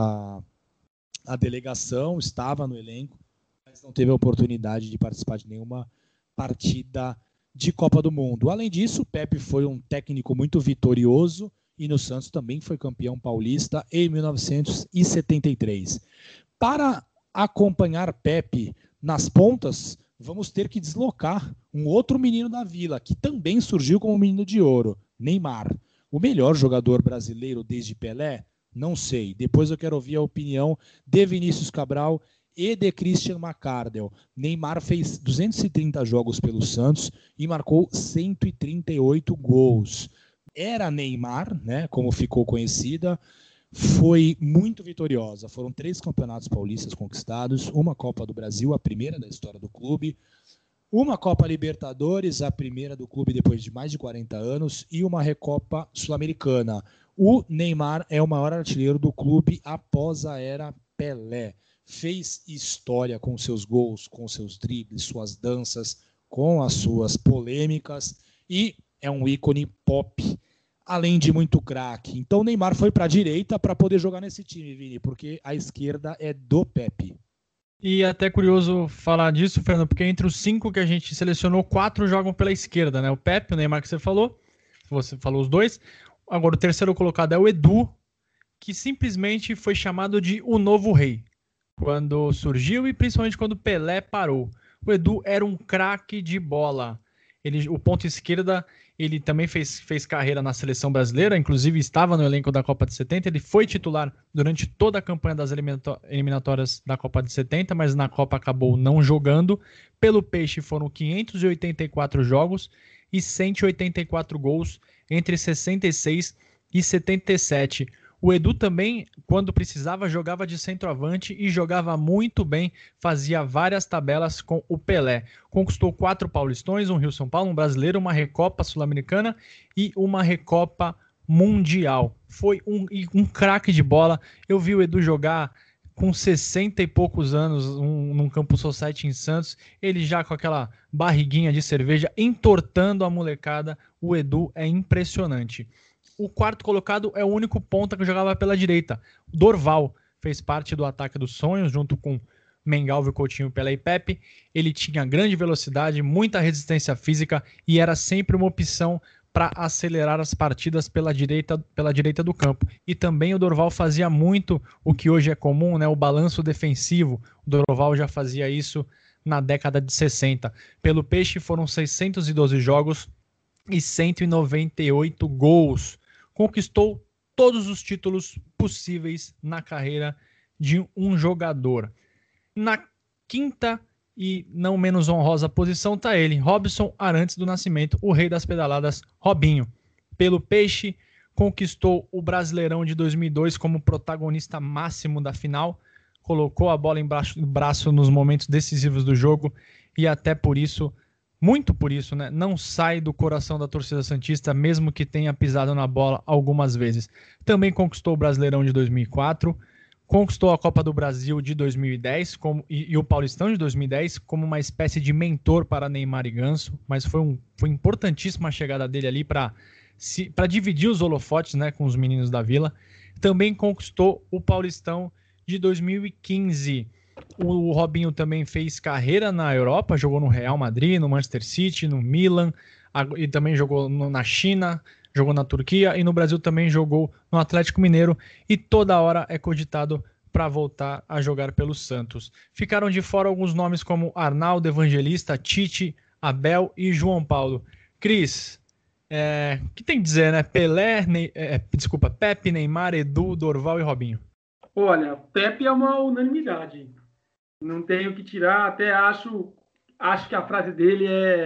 a delegação, estava no elenco, mas não teve a oportunidade de participar de nenhuma partida de Copa do Mundo. Além disso, o Pepe foi um técnico muito vitorioso e no Santos também foi campeão paulista em 1973. Para acompanhar Pepe nas pontas, vamos ter que deslocar um outro menino da Vila, que também surgiu como menino de ouro, Neymar. O melhor jogador brasileiro desde Pelé? Não sei. Depois eu quero ouvir a opinião de Vinícius Cabral e de Christian McCardell. Neymar fez 230 jogos pelo Santos e marcou 138 gols. Era Neymar, né, como ficou conhecida, foi muito vitoriosa. Foram 3 campeonatos paulistas conquistados, uma Copa do Brasil, a primeira da história do clube, uma Copa Libertadores, a primeira do clube depois de mais de 40 anos, e uma Recopa Sul-Americana. O Neymar é o maior artilheiro do clube após a era Pelé. Fez história com seus gols, com seus dribles, suas danças, com as suas polêmicas e é um ícone pop, além de muito craque. Então o Neymar foi para a direita para poder jogar nesse time, Vini, porque a esquerda é do Pepe. E até curioso falar disso, Fernando, porque entre os 5 que a gente selecionou, 4 jogam pela esquerda, né? O Pepe, o Neymar que você falou os 2. Agora o terceiro colocado é o Edu, que simplesmente foi chamado de o novo rei quando surgiu e principalmente quando Pelé parou. O Edu era um craque de bola. O ponto esquerda, ele também fez carreira na seleção brasileira, inclusive estava no elenco da Copa de 70. Ele foi titular durante toda a campanha das eliminatórias da Copa de 70, mas na Copa acabou não jogando. Pelo Peixe foram 584 jogos e 184 gols entre 66 e 77. O Edu também, quando precisava, jogava de centroavante e jogava muito bem, fazia várias tabelas com o Pelé. Conquistou 4 paulistões, um Rio-São Paulo, um brasileiro, uma Recopa Sul-Americana e uma Recopa Mundial. Foi um craque de bola. Eu vi o Edu jogar com 60 e poucos anos num Campus Society em Santos, ele já com aquela barriguinha de cerveja, entortando a molecada. O Edu é impressionante. O quarto colocado é o único ponta que jogava pela direita. Dorval fez parte do ataque dos sonhos, junto com Mengalvio, Coutinho, Pelé e Pepe. Ele tinha grande velocidade, muita resistência física e era sempre uma opção para acelerar as partidas pela direita do campo. E também o Dorval fazia muito o que hoje é comum, né, o balanço defensivo. O Dorval já fazia isso na década de 60. Pelo Peixe foram 612 jogos e 198 gols. Conquistou todos os títulos possíveis na carreira de um jogador. Na quinta e não menos honrosa posição está ele, Robson Arantes do Nascimento, o rei das pedaladas, Robinho. Pelo Peixe, conquistou o Brasileirão de 2002 como protagonista máximo da final, colocou a bola em braço nos momentos decisivos do jogo e até por isso, muito por isso, né, não sai do coração da torcida santista, mesmo que tenha pisado na bola algumas vezes. Também conquistou o Brasileirão de 2004, conquistou a Copa do Brasil de 2010 e o Paulistão de 2010 como uma espécie de mentor para Neymar e Ganso, mas foi importantíssima a chegada dele ali para dividir os holofotes, né, com os meninos da Vila. Também conquistou o Paulistão de 2015. O Robinho também fez carreira na Europa, jogou no Real Madrid, no Manchester City, no Milan, e também jogou na China, jogou na Turquia e no Brasil também jogou no Atlético Mineiro e toda hora é cogitado para voltar a jogar pelo Santos. Ficaram de fora alguns nomes como Arnaldo, Evangelista, Tite, Abel e João Paulo. Cris, o que tem que dizer, né? Pepe, Neymar, Edu, Dorval e Robinho. Olha, Pepe é uma unanimidade. Não tenho que tirar, até acho que a frase dele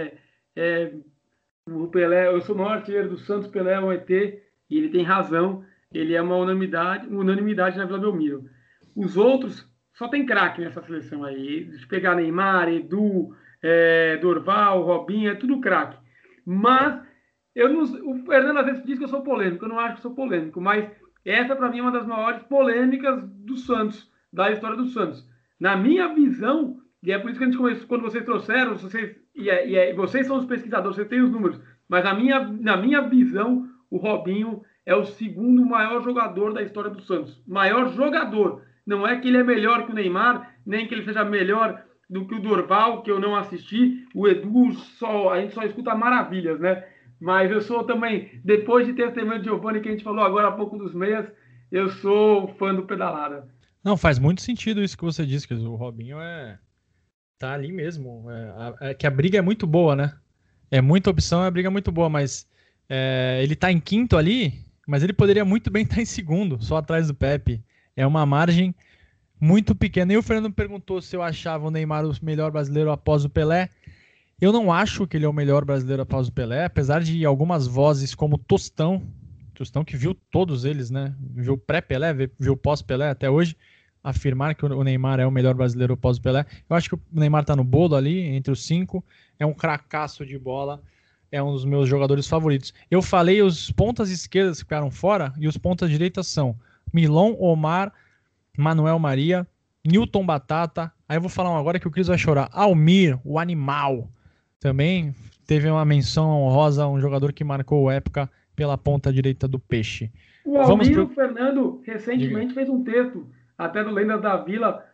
é o Pelé, eu sou o maior artilheiro do Santos, Pelé é um ET, e ele tem razão, ele é uma unanimidade na Vila Belmiro. Os outros, só tem craque nessa seleção aí, se pegar Neymar, Edu, Dorval, Robinho, é tudo craque. Mas, o Fernando às vezes diz que eu sou polêmico, eu não acho que sou polêmico, mas essa para mim é uma das maiores polêmicas do Santos, da história do Santos. Na minha visão, e é por isso que a gente começou, quando vocês trouxeram, vocês são os pesquisadores, vocês têm os números, mas na minha visão, o Robinho é o segundo maior jogador da história do Santos. Maior jogador. Não é que ele é melhor que o Neymar, nem que ele seja melhor do que o Dorval, que eu não assisti. O Edu, a gente só escuta maravilhas, né? Mas eu sou também, depois de Testemunho de Giovanni, que a gente falou agora há pouco dos meias, eu sou fã do Pedalada. Não, faz muito sentido isso que você disse, que o Robinho tá ali mesmo. Que a briga é muito boa, né? É muita opção, a briga é muito boa, mas ele tá em quinto ali, mas ele poderia muito bem estar em segundo, só atrás do Pepe. É uma margem muito pequena. E o Fernando perguntou se eu achava o Neymar o melhor brasileiro após o Pelé. Eu não acho que ele é o melhor brasileiro após o Pelé, apesar de algumas vozes como Tostão que viu todos eles, né? Viu pré-Pelé, viu pós-Pelé até hoje, afirmar que o Neymar é o melhor brasileiro pós-Pelé. Eu acho que o Neymar tá no bolo ali, entre os 5, é um cracaço de bola, é um dos meus jogadores favoritos. Eu falei os pontas esquerdas que ficaram fora, e os pontas direitas são Milon, Omar, Manuel Maria, Newton Batata, aí eu vou falar um agora que o Cris vai chorar, Almir, o animal, também teve uma menção honrosa a um jogador que marcou época pela ponta direita do Peixe. O Almir, o Fernando, recentemente fez um texto, até do Lendas da Vila,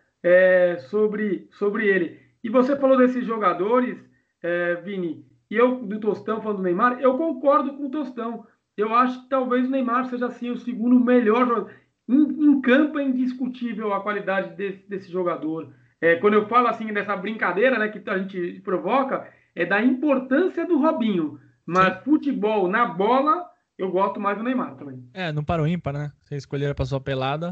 sobre ele. E você falou desses jogadores, Vini, e eu, do Tostão, falando do Neymar, eu concordo com o Tostão. Eu acho que talvez o Neymar seja, assim, o segundo melhor jogador. Em campo é indiscutível a qualidade desse jogador. Quando eu falo, assim, dessa brincadeira, né, que a gente provoca, é da importância do Robinho. Mas sim, futebol na bola, eu gosto mais do Neymar também. No para o ímpar, né? Você escolher a sua pelada,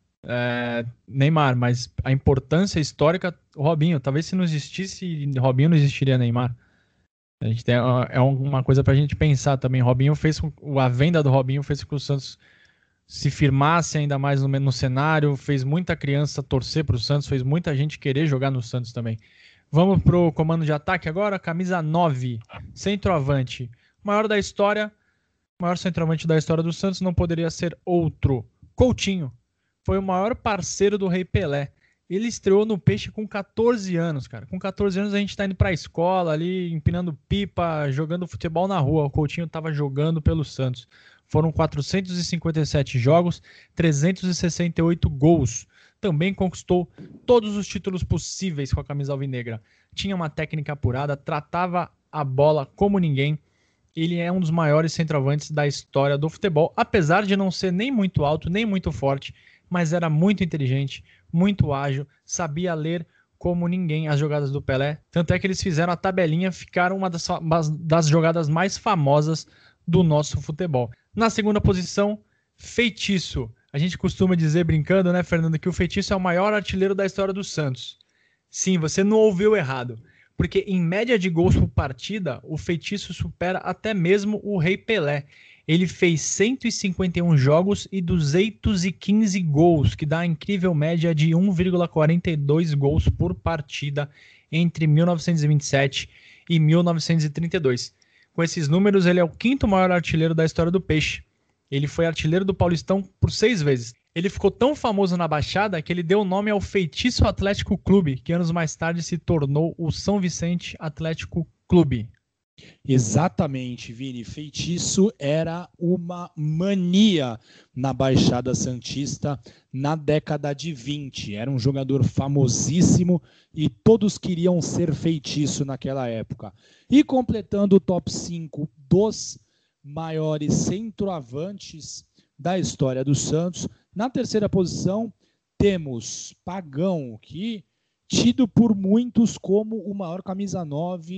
Neymar, mas a importância histórica, o Robinho. Talvez se não existisse Robinho, não existiria Neymar. A gente tem uma coisa pra gente pensar também. A venda do Robinho fez com que o Santos se firmasse ainda mais no cenário, fez muita criança torcer pro Santos, fez muita gente querer jogar no Santos também. Vamos pro comando de ataque agora, camisa 9, centroavante, maior centroavante da história do Santos, não poderia ser outro. Coutinho, foi o maior parceiro do Rei Pelé. Ele estreou no Peixe com 14 anos, cara. Com 14 anos a gente tá indo pra escola ali, empinando pipa, jogando futebol na rua. O Coutinho tava jogando pelo Santos. Foram 457 jogos, 368 gols. Também conquistou todos os títulos possíveis com a camisa alvinegra. Tinha uma técnica apurada, tratava a bola como ninguém. Ele é um dos maiores centroavantes da história do futebol, apesar de não ser nem muito alto, nem muito forte, mas era muito inteligente, muito ágil, sabia ler como ninguém as jogadas do Pelé. Tanto é que eles fizeram a tabelinha, ficaram uma das jogadas mais famosas do nosso futebol. Na segunda posição, Feitiço. A gente costuma dizer, brincando, né, Fernando, que o Feitiço é o maior artilheiro da história do Santos. Sim, você não ouviu errado. Porque em média de gols por partida, o Feitiço supera até mesmo o Rei Pelé. Ele fez 151 jogos e 215 gols, que dá a incrível média de 1,42 gols por partida entre 1927 e 1932. Com esses números, ele é o quinto maior artilheiro da história do Peixe. Ele foi artilheiro do Paulistão por 6 vezes. Ele ficou tão famoso na Baixada que ele deu o nome ao Feitiço Atlético Clube, que anos mais tarde se tornou o São Vicente Atlético Clube. Exatamente, Vini. Feitiço era uma mania na Baixada Santista na década de 20. Era um jogador famosíssimo e todos queriam ser Feitiço naquela época. E completando o top 5 dos maiores centroavantes da história do Santos, na terceira posição temos Pagão, que tido por muitos como o maior camisa 9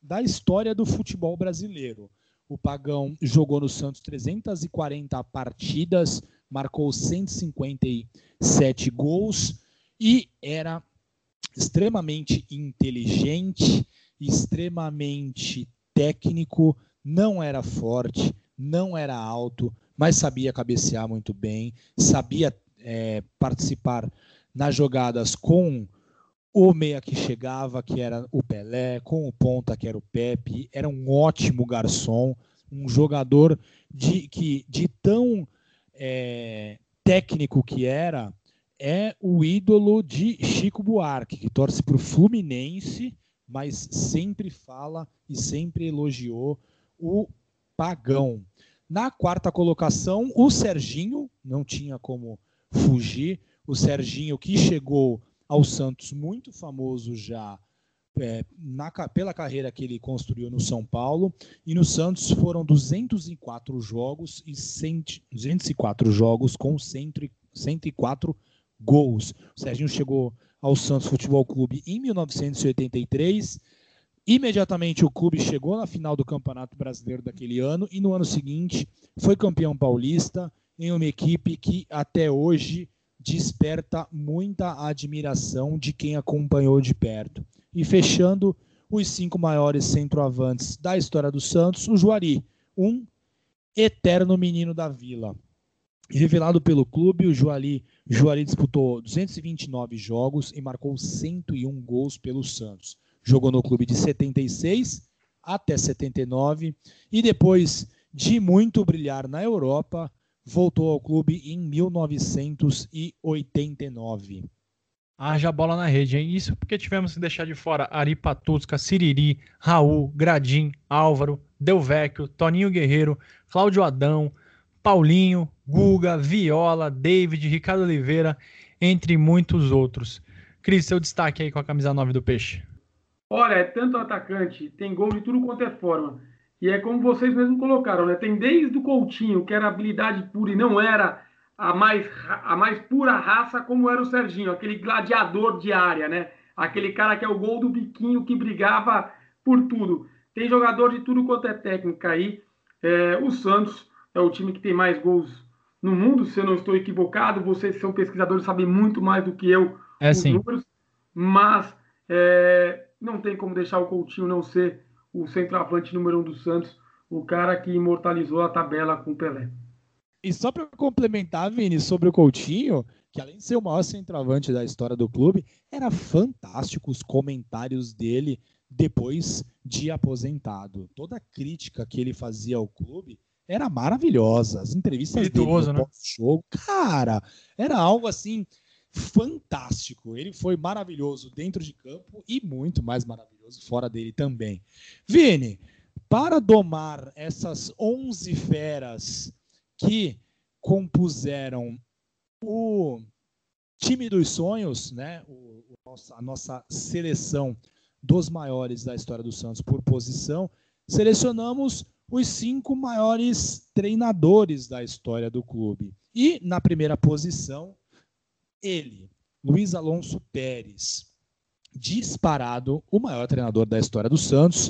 da história do futebol brasileiro. O Pagão jogou no Santos 340 partidas, marcou 157 gols e era extremamente inteligente, extremamente técnico, não era forte, não era alto, mas sabia cabecear muito bem, sabia participar nas jogadas com o meia que chegava, que era o Pelé, com o ponta, que era o Pepe. Era um ótimo garçom, um jogador de tão técnico que era, é o ídolo de Chico Buarque, que torce para o Fluminense, mas sempre fala e sempre elogiou o Pagão. Na quarta colocação, o Serginho, não tinha como fugir, o Serginho que chegou ao Santos muito famoso já pela carreira que ele construiu no São Paulo, e no Santos foram 204 jogos com 104 gols. O Serginho chegou ao Santos Futebol Clube em 1983. Imediatamente o clube chegou na final do Campeonato Brasileiro daquele ano e no ano seguinte foi campeão paulista em uma equipe que até hoje desperta muita admiração de quem acompanhou de perto. E fechando, os 5 maiores centroavantes da história do Santos, o Juari, um eterno menino da Vila. Revelado pelo clube, o Juari disputou 229 jogos e marcou 101 gols pelo Santos. Jogou no clube de 76 até 79 e depois de muito brilhar na Europa, voltou ao clube em 1989. Haja bola na rede, hein? Isso porque tivemos que deixar de fora Ari Patuska, Siriri, Raul, Gradim, Álvaro, Del Vecchio, Toninho Guerreiro, Cláudio Adão, Paulinho, Guga, Viola, David, Ricardo Oliveira, entre muitos outros. Cris, seu destaque aí com a camisa 9 do Peixe. Olha, é tanto atacante, tem gol de tudo quanto é forma. E é como vocês mesmos colocaram, né? Tem desde o Coutinho, que era habilidade pura e não era a mais pura raça, como era o Serginho, aquele gladiador de área, né? Aquele cara que é o gol do biquinho, que brigava por tudo. Tem jogador de tudo quanto é técnica aí. O Santos é o time que tem mais gols no mundo, se eu não estou equivocado. Vocês são pesquisadores, sabem muito mais do que eu os números. Mas não tem como deixar o Coutinho não ser o centroavante número 1 do Santos, o cara que imortalizou a tabela com o Pelé. E só para complementar, Vini, sobre o Coutinho, que além de ser o maior centroavante da história do clube, era fantástico os comentários dele depois de aposentado. Toda a crítica que ele fazia ao clube era maravilhosa. As entrevistas dele no pós-jogo, cara, era algo assim fantástico. Ele foi maravilhoso dentro de campo e muito mais maravilhoso fora dele também. Vini, para domar essas 11 feras que compuseram o time dos sonhos, né? A nossa seleção dos maiores da história do Santos por posição, selecionamos os 5 maiores treinadores da história do clube. E na primeira posição, ele, Luiz Alonso Pérez, disparado o maior treinador da história do Santos,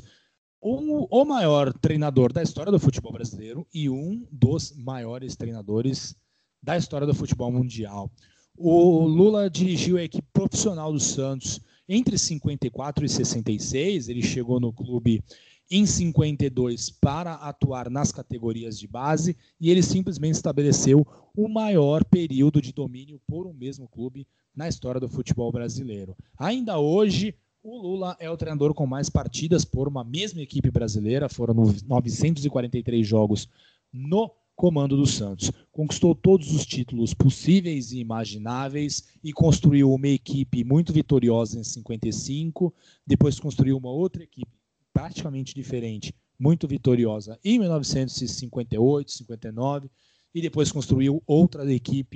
o maior treinador da história do futebol brasileiro e um dos maiores treinadores da história do futebol mundial. O Lula dirigiu a equipe profissional do Santos entre 54 e 66, ele chegou no clube em 52 para atuar nas categorias de base e ele simplesmente estabeleceu o maior período de domínio por um mesmo clube na história do futebol brasileiro. Ainda hoje, o Lula é o treinador com mais partidas por uma mesma equipe brasileira, foram 943 jogos no comando do Santos. Conquistou todos os títulos possíveis e imagináveis e construiu uma equipe muito vitoriosa em 55, depois construiu uma outra equipe praticamente diferente, muito vitoriosa em 1958, 59, e depois construiu outras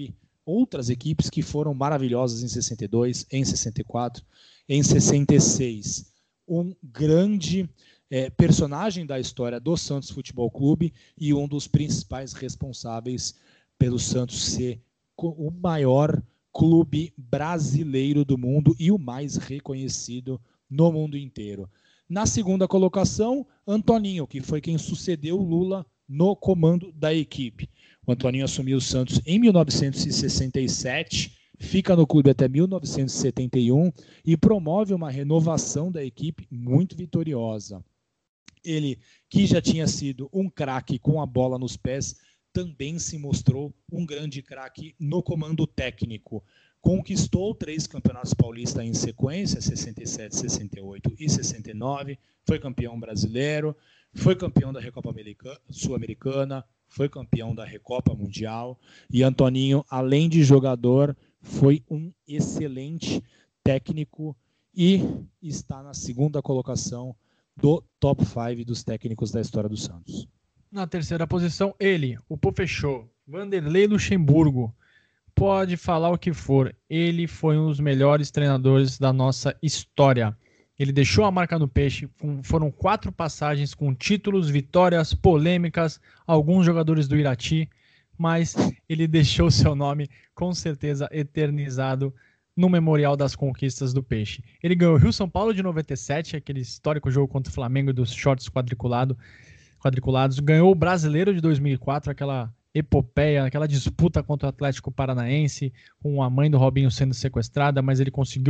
equipes que foram maravilhosas em 62, em 64, em 66. Um grande personagem da história do Santos Futebol Clube e um dos principais responsáveis pelo Santos ser o maior clube brasileiro do mundo e o mais reconhecido no mundo inteiro. Na segunda colocação, Antoninho, que foi quem sucedeu Lula no comando da equipe. O Antoninho assumiu o Santos em 1967, fica no clube até 1971 e promove uma renovação da equipe muito vitoriosa. Ele, que já tinha sido um craque com a bola nos pés, também se mostrou um grande craque no comando técnico. Conquistou 3 campeonatos paulistas em sequência, 67, 68 e 69, foi campeão brasileiro, foi campeão da Recopa Sul-Americana, foi campeão da Recopa Mundial, e Antoninho, além de jogador, foi um excelente técnico e está na segunda colocação do top 5 dos técnicos da história do Santos. Na terceira posição, ele, o Pofechô, Vanderlei Luxemburgo. Pode falar o que for, ele foi um dos melhores treinadores da nossa história. Ele deixou a marca no peixe, foram 4 passagens com títulos, vitórias, polêmicas, alguns jogadores do Irati, mas ele deixou seu nome com certeza eternizado no Memorial das Conquistas do Peixe. Ele ganhou o Rio-São Paulo de 97, aquele histórico jogo contra o Flamengo dos shorts quadriculados, ganhou o Brasileiro de 2004, aquela epopeia, aquela disputa contra o Atlético Paranaense, com a mãe do Robinho sendo sequestrada, mas ele conseguiu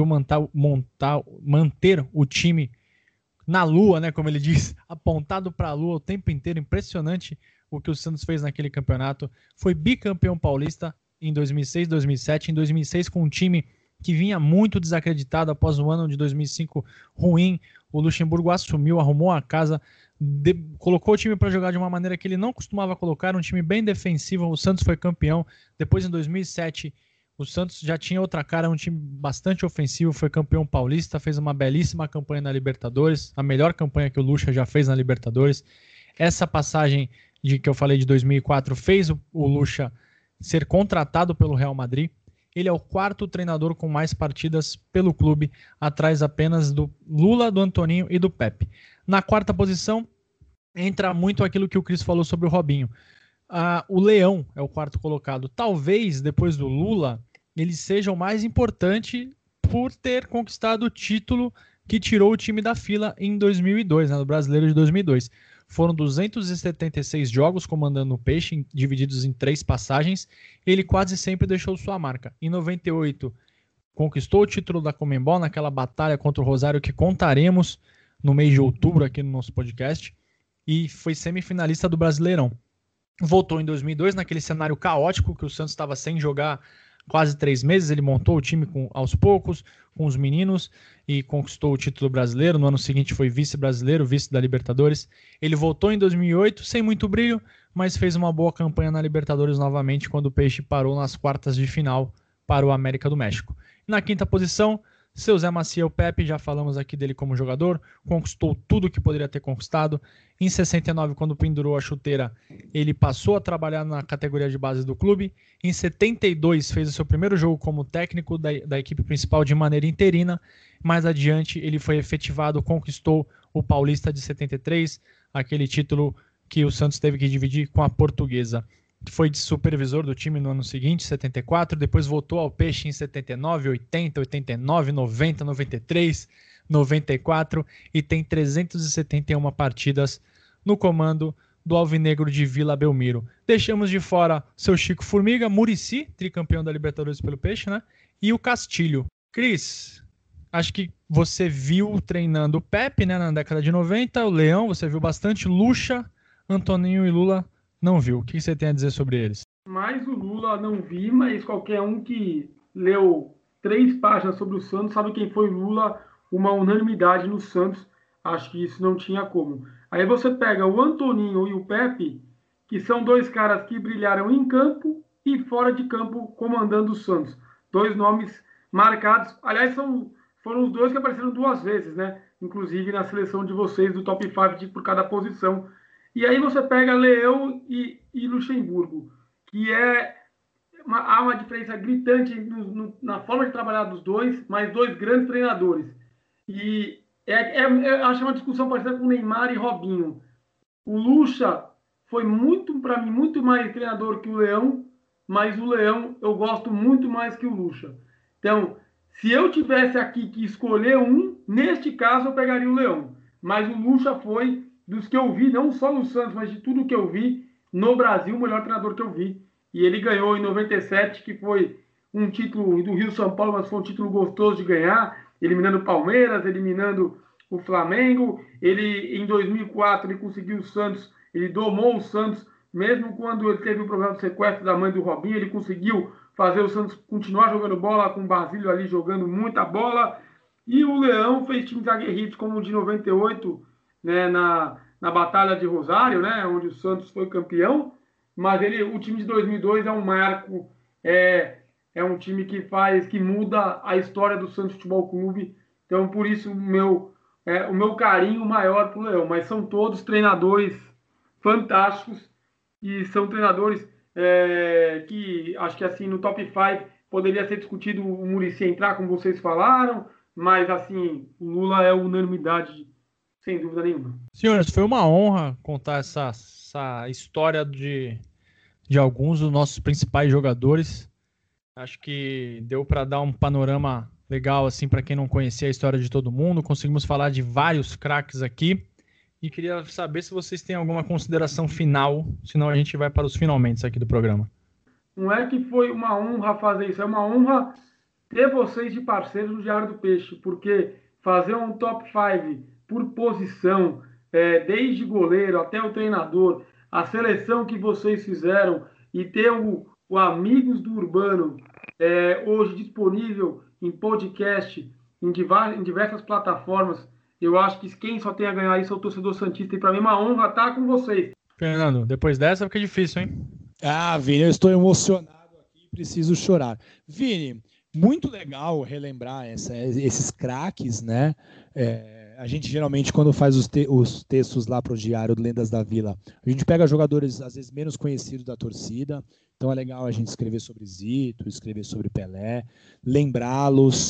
manter o time na lua, né, como ele diz, apontado para a lua o tempo inteiro. Impressionante o que o Santos fez naquele campeonato. Foi bicampeão paulista em 2006, 2007, em 2006 com um time que vinha muito desacreditado após o ano de 2005 ruim. O Luxemburgo assumiu, arrumou a casa, colocou o time para jogar de uma maneira que ele não costumava colocar, um time bem defensivo. O Santos foi campeão. Depois, em 2007, o Santos já tinha outra cara, um time bastante ofensivo, foi campeão paulista, fez uma belíssima campanha na Libertadores, a melhor campanha que o Lucha já fez na Libertadores. Essa passagem que eu falei de 2004 fez o Lucha ser contratado pelo Real Madrid. Ele é o 4º treinador com mais partidas pelo clube, atrás apenas do Lula, do Antoninho e do Pepe. Na 4ª posição, entra muito aquilo que o Cris falou sobre o Robinho. O Leão é o 4º colocado. Talvez, depois do Lula, ele seja o mais importante por ter conquistado o título que tirou o time da fila em 2002, né, no Brasileiro de 2002. Foram 276 jogos comandando o Peixe, divididos em 3 passagens. Ele quase sempre deixou sua marca. Em 98, conquistou o título da Conmebol naquela batalha contra o Rosário que contaremos no mês de outubro aqui no nosso podcast. E foi semifinalista do Brasileirão. Voltou em 2002 naquele cenário caótico que o Santos estava sem jogar quase 3 meses. Ele montou o time aos poucos, com os meninos, e conquistou o título brasileiro. No ano seguinte foi vice-brasileiro, vice da Libertadores. Ele voltou em 2008, sem muito brilho, mas fez uma boa campanha na Libertadores novamente, quando o Peixe parou nas quartas de final para o América do México. Na 5ª posição, seu Zé Maciel Pepe, já falamos aqui dele como jogador, conquistou tudo que poderia ter conquistado. Em 69, quando pendurou a chuteira, ele passou a trabalhar na categoria de base do clube. Em 72, fez o seu primeiro jogo como técnico da equipe principal de maneira interina. Mais adiante, ele foi efetivado, conquistou o Paulista de 73, aquele título que o Santos teve que dividir com a Portuguesa. Foi de supervisor do time no ano seguinte, 74, depois voltou ao Peixe em 79, 80, 89, 90, 93, 94 e tem 371 partidas no comando do Alvinegro de Vila Belmiro. Deixamos de fora seu Chico Formiga, Muricy, tricampeão da Libertadores pelo Peixe, né? E o Castilho. Cris, acho que você viu treinando o Pepe, né, na década de 90, o Leão, você viu bastante, Lucha, Antoninho e Lula não viu. O que você tem a dizer sobre eles? Mais o Lula não vi, mas qualquer um que leu 3 páginas sobre o Santos sabe quem foi o Lula, uma unanimidade no Santos. Acho que isso não tinha como. Aí você pega o Antoninho e o Pepe, que são 2 caras que brilharam em campo e fora de campo comandando o Santos. 2 nomes marcados. Aliás, foram os 2 que apareceram 2 vezes, né? Inclusive na seleção de vocês do top 5 por cada posição. E aí você pega Leão e Luxemburgo, que há uma diferença gritante na forma de trabalhar dos 2, mas 2 grandes treinadores. E acho uma discussão parecida com Neymar e Robinho. O Lucha foi para mim, muito mais treinador que o Leão, mas o Leão eu gosto muito mais que o Lucha. Então, se eu tivesse aqui que escolher um, neste caso eu pegaria o Leão. mas o Lucha foi, dos que eu vi, não só no Santos, mas de tudo que eu vi, no Brasil, o melhor treinador que eu vi. E ele ganhou em 97, que foi um título do Rio-São Paulo, mas foi um título gostoso de ganhar, eliminando o Palmeiras, eliminando o Flamengo. Ele, em 2004, ele conseguiu o Santos, ele domou o Santos, mesmo quando ele teve o problema do sequestro da mãe do Robinho, ele conseguiu fazer o Santos continuar jogando bola, com o Basílio ali jogando muita bola. E o Leão fez times aguerridos, como o de 98, né, na Batalha de Rosário, né, onde o Santos foi campeão. Mas o time de 2002 é um marco, é um time que muda a história do Santos Futebol Clube. Então, por isso, o meu carinho maior para o Leão. Mas são todos treinadores fantásticos e são treinadores que, acho que assim, no top 5 poderia ser discutido o Muricy entrar, como vocês falaram, mas assim, o Lula é unanimidade, sem dúvida nenhuma. Senhores, foi uma honra contar essa história de alguns dos nossos principais jogadores. Acho que deu para dar um panorama legal assim para quem não conhecia a história de todo mundo. Conseguimos falar de vários craques aqui. E queria saber se vocês têm alguma consideração final, senão a gente vai para os finalmente aqui do programa. Não é que foi uma honra fazer isso, é uma honra ter vocês de parceiros no Diário do Peixe, porque fazer um top 5 por posição, desde goleiro até o treinador, a seleção que vocês fizeram e ter o Amigos do Urbano hoje disponível em podcast, em diversas plataformas, eu acho que quem só tem a ganhar isso é o torcedor santista, e para mim é uma honra estar com vocês. Fernando, depois dessa fica difícil, hein? Ah, Vini, eu estou emocionado aqui, preciso chorar. Vini, muito legal relembrar esses craques, né? A gente geralmente, quando faz os textos lá para o Diário do Lendas da Vila, a gente pega jogadores às vezes menos conhecidos da torcida, então é legal a gente escrever sobre Zito, escrever sobre Pelé, lembrá-los.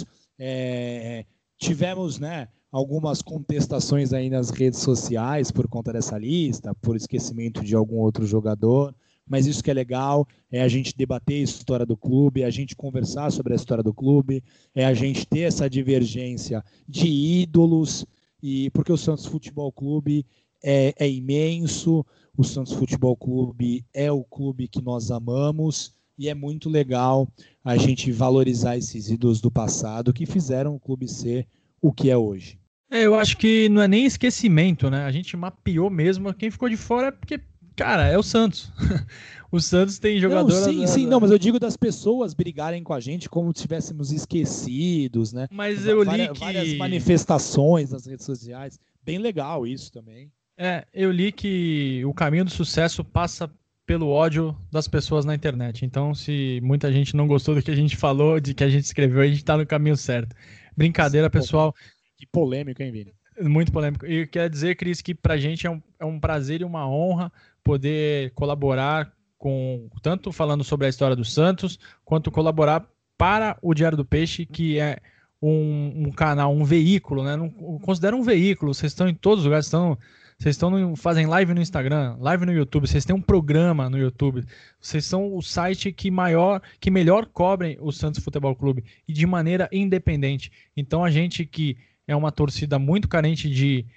Tivemos, né, algumas contestações aí nas redes sociais por conta dessa lista, por esquecimento de algum outro jogador, mas isso que é legal, é a gente debater a história do clube, é a gente conversar sobre a história do clube, é a gente ter essa divergência de ídolos, e porque o Santos Futebol Clube é imenso, o Santos Futebol Clube é o clube que nós amamos, e é muito legal a gente valorizar esses ídolos do passado que fizeram o clube ser o que é hoje. Eu acho que não é nem esquecimento, né? A gente mapeou mesmo. Quem ficou de fora é porque, cara, é o Santos. O Santos tem jogadores... Sim, não, mas eu digo das pessoas brigarem com a gente como se estivéssemos esquecidos, né? Mas eu li que... Várias manifestações nas redes sociais. Bem legal isso também. Eu li que o caminho do sucesso passa pelo ódio das pessoas na internet. Então, se muita gente não gostou do que a gente falou, de que a gente escreveu, a gente tá no caminho certo. Brincadeira, pessoal. Que polêmico, hein, Vini? Muito polêmico. E quero dizer, Cris, que pra gente é um prazer e uma honra poder colaborar com, tanto falando sobre a história do Santos, quanto colaborar para o Diário do Peixe, que é um canal, um veículo, né? Não considero um veículo, vocês estão em todos os lugares, vocês fazem live no Instagram, live no YouTube, vocês têm um programa no YouTube, vocês são o site que melhor cobrem o Santos Futebol Clube e de maneira independente. Então a gente que é uma torcida muito carente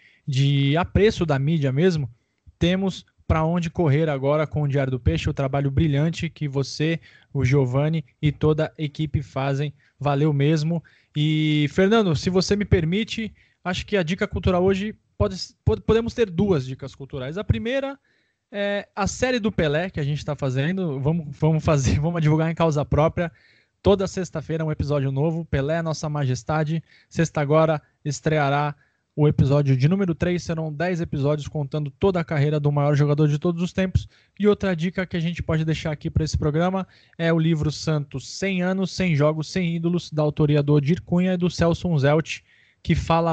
de apreço da mídia mesmo, temos para onde correr agora com o Diário do Peixe, o trabalho brilhante que você, o Giovanni e toda a equipe fazem. Valeu mesmo. E, Fernando, se você me permite, acho que a dica cultural hoje podemos ter duas dicas culturais. A primeira é a série do Pelé que a gente está fazendo. Vamos divulgar em causa própria. Toda sexta-feira um episódio novo. Pelé, Nossa Majestade. Sexta agora estreará o episódio de número 3. Serão 10 episódios contando toda a carreira do maior jogador de todos os tempos. E outra dica que a gente pode deixar aqui para esse programa é o livro Santos 100 anos, 100 jogos, 100 ídolos, da autoria do Odir Cunha e do Celso Unzelt, que fala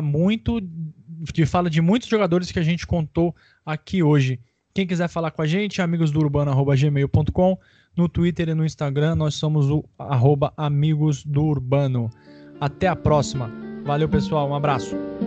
de muitos jogadores que a gente contou aqui hoje. Quem quiser falar com a gente, amigosdourbano@gmail.com. No Twitter e no Instagram nós somos o @amigosdourbano. Até a próxima. Valeu, pessoal. Um abraço.